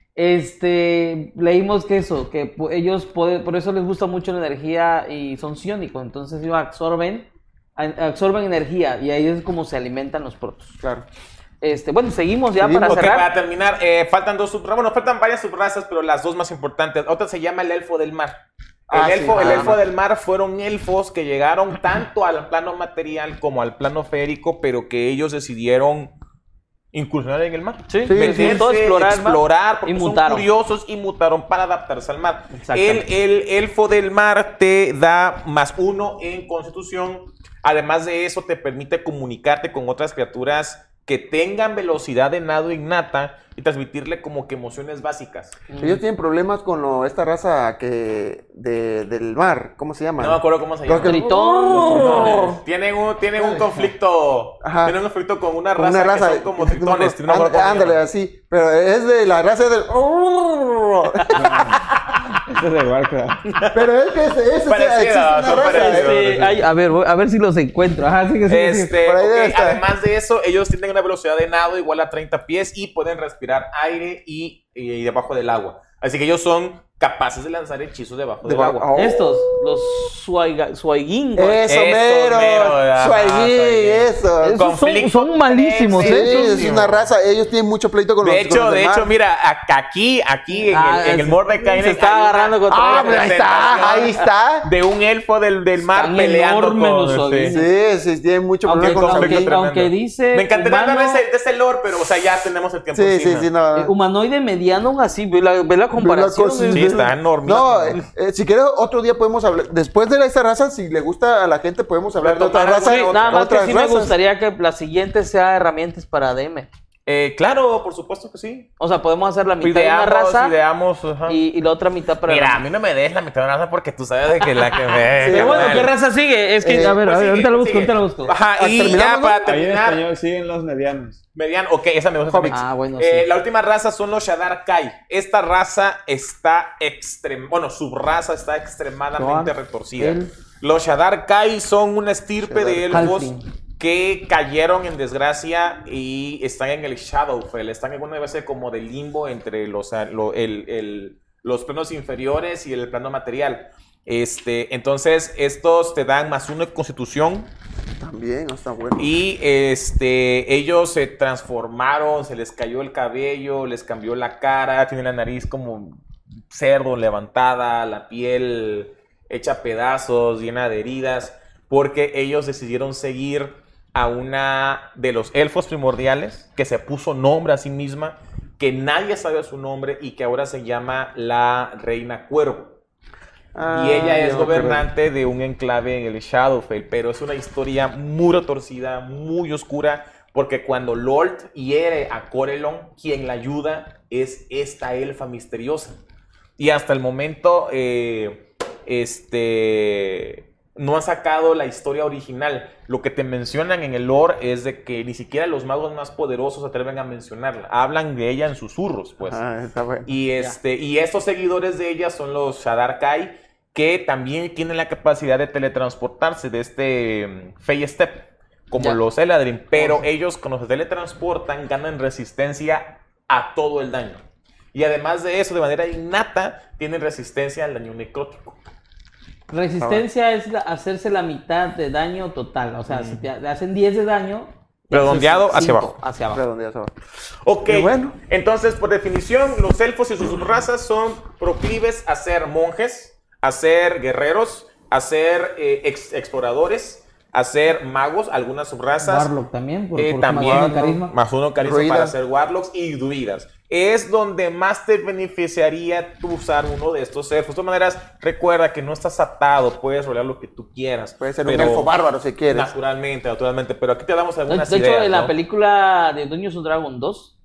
Leímos que ellos por eso les gusta mucho la energía y son psiónicos, entonces ellos absorben energía y ahí es como se alimentan los protos. Claro. Bueno, seguimos para cerrar. Para terminar, faltan faltan varias subrazas, pero las dos más importantes. Otra se llama el elfo del mar. El elfo del mar fueron elfos que llegaron tanto al plano material como al plano férico, pero que ellos decidieron incursionar en el mar. Meterse, explorar, porque son curiosos y mutaron para adaptarse al mar. El elfo del mar te da +1 en constitución. Además de eso, te permite comunicarte con otras criaturas que tengan velocidad de nado innata y transmitirle como que emociones básicas. Ellos tienen problemas con esta raza del mar, ¿cómo se llama? No me acuerdo cómo se llama. Tritón. Tienen un conflicto. Tienen un conflicto con una raza que son como tritones. Ándale, así. Pero es de la raza del... Este es de Warcraft. Pero es que es una raza. A ver si los encuentro. Ajá, sí. Además de eso, ellos tienen una velocidad de nado igual a 30 pies y pueden respirar aire y debajo del agua. Así que ellos son capaces de lanzar hechizos debajo del agua. Estos, los Suaigin. Eso mero. Suaigin, eso. Son malísimos, sí, es una raza. Ellos tienen mucho pleito con los demás. De hecho, mira, aquí en el Mordecai se está agarrando contra ahí está. De un elfo del mar peleando con sí, tienen mucho problema con los aunque dice. Me encantaría hablar de ese lore, pero ya tenemos el tiempo. Sí, no. Humanoide mediano, así, ve la comparación. Sí, está enorme. No, si quieres, otro día podemos hablar. Después de esta raza, si le gusta a la gente, podemos hablar de otra raza. Nada más que sí me gustaría que la siguiente sea herramientas para DM. Claro, por supuesto que sí. O sea, podemos hacer la mitad de una raza y la otra mitad para... Mira, a mí no me des la mitad de una raza porque tú sabes de que la que me... Sí, bueno, ¿qué raza sigue? Es que, a ver, ahorita lo busco. Ajá, y ya para terminar... Ahí en español siguen los medianos. Ok, esa me gusta. Bueno, sí. La última raza son los Shadar Kai. Esta raza está subraza está extremadamente retorcida. Los Shadar Kai son una estirpe de elfos que cayeron en desgracia y están en el Shadowfell. Están en una especie como de limbo entre los planos inferiores y el plano material. Entonces, estos te dan +1 de constitución. También, no está bueno. Y ellos se transformaron, se les cayó el cabello, les cambió la cara, tienen la nariz como cerdo levantada, la piel hecha pedazos, llena de heridas, porque ellos decidieron seguir a una de los elfos primordiales que se puso nombre a sí misma, que nadie sabe su nombre y que ahora se llama la Reina Cuervo. Y ella es gobernante de un enclave en el Shadowfell, pero es una historia muy retorcida, muy oscura, porque cuando Lord hiere a Corellon, quien la ayuda es esta elfa misteriosa. Y hasta el momento, no han sacado la historia original. Lo que te mencionan en el lore es de que ni siquiera los magos más poderosos se atreven a mencionarla. Hablan de ella en susurros, pues. Está bueno. Y estos seguidores de ella son los Shadar Kai, que también tienen la capacidad de teletransportarse de Fey Step, como los Eladrin, pero ellos cuando se teletransportan ganan resistencia a todo el daño. Y además de eso, de manera innata, tienen resistencia al daño necrótico. Resistencia es hacerse la mitad de daño total, o sea, si te hacen 10 de daño... Redondeado hacia abajo. Redondeado hacia abajo. Ok, bueno. Entonces, por definición, los elfos y sus subrazas son proclives a ser monjes, a ser guerreros, a ser exploradores, a ser magos, algunas subrazas. Warlock también, también +1 carisma para ser warlocks y druidas. Es donde más te beneficiaría tú usar uno de estos elfos. De todas maneras, recuerda que no estás atado, puedes rolear lo que tú quieras. Puedes ser un elfo bárbaro si quieres. Naturalmente, pero aquí te damos algunas ideas. De hecho, en la película de Dungeons & Dragons 2,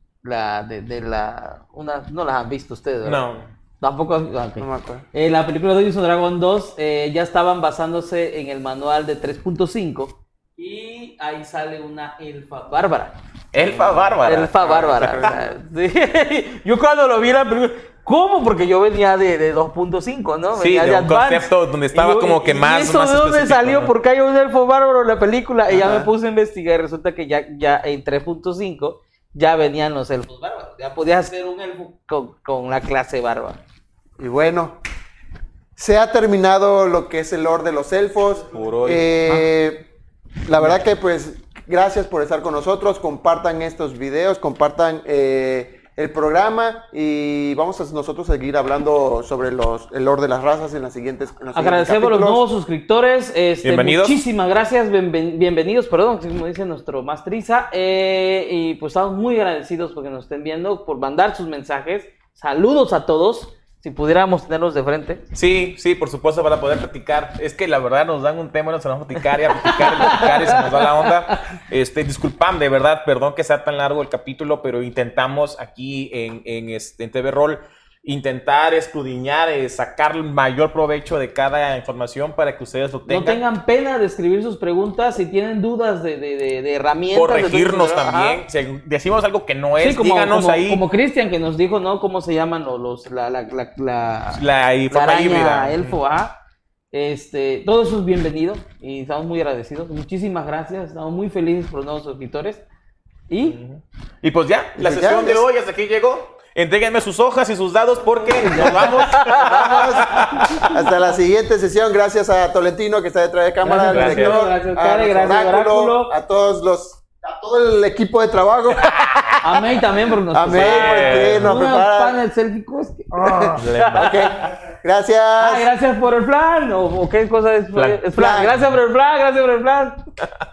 no las han visto ustedes, ¿verdad? No. Tampoco, okay. No me acuerdo. La película de Dungeons & Dragons 2 ya estaban basándose en el manual de 3.5 y ahí sale una elfa bárbara. Elfa bárbara. Elfa bárbara. Sí. Yo cuando lo vi en la película, ¿cómo? Porque yo venía de 2.5, ¿no? Venía de un concepto donde estaba como que más. ¿Y eso de dónde salió? ¿No? Porque hay un elfo bárbaro en la película. Y ya me puse a investigar y resulta que ya en 3.5 ya venían los elfos bárbaros. Ya podías hacer un elfo con la clase bárbara. Y bueno, se ha terminado lo que es el lore de los elfos. Por hoy. La verdad que pues gracias por estar con nosotros. Compartan estos videos, compartan el programa y vamos a nosotros seguir hablando sobre el lore de las razas en las siguientes agradecemos a los nuevos suscriptores. Bienvenidos. Muchísimas gracias, bienvenidos, como dice nuestro Mastriza. Y pues estamos muy agradecidos porque nos estén viendo, por mandar sus mensajes. Saludos a todos. Si pudiéramos tenerlos de frente. Sí, por supuesto, para poder platicar. Es que la verdad nos dan un tema, nos vamos a platicar y se nos va la onda. Disculpame, de verdad, perdón que sea tan largo el capítulo, pero intentamos aquí en TV Roll intentar escudriñar, sacar el mayor provecho de cada información para que ustedes lo tengan. No tengan pena de escribir sus preguntas, si tienen dudas de herramientas. Corregirnos también. Si decimos algo que no es, díganos ahí. Como Cristian que nos dijo, ¿no? ¿Cómo se llaman la híbrida? Elfo, todo eso es bienvenido y estamos muy agradecidos. Muchísimas gracias, estamos muy felices por los nuevos suscriptores. Y pues ya, la sesión de hoy hasta aquí llegó. Entréguenme sus hojas y sus dados porque nos vamos. Hasta la siguiente sesión. Gracias a Tolentino que está detrás de cámara. Gracias, Oráculo, a todo el equipo de trabajo. A May también porque nos prepara. Okay. Gracias. Gracias por el plan. ¿O qué cosa es? Plan. Gracias por el plan.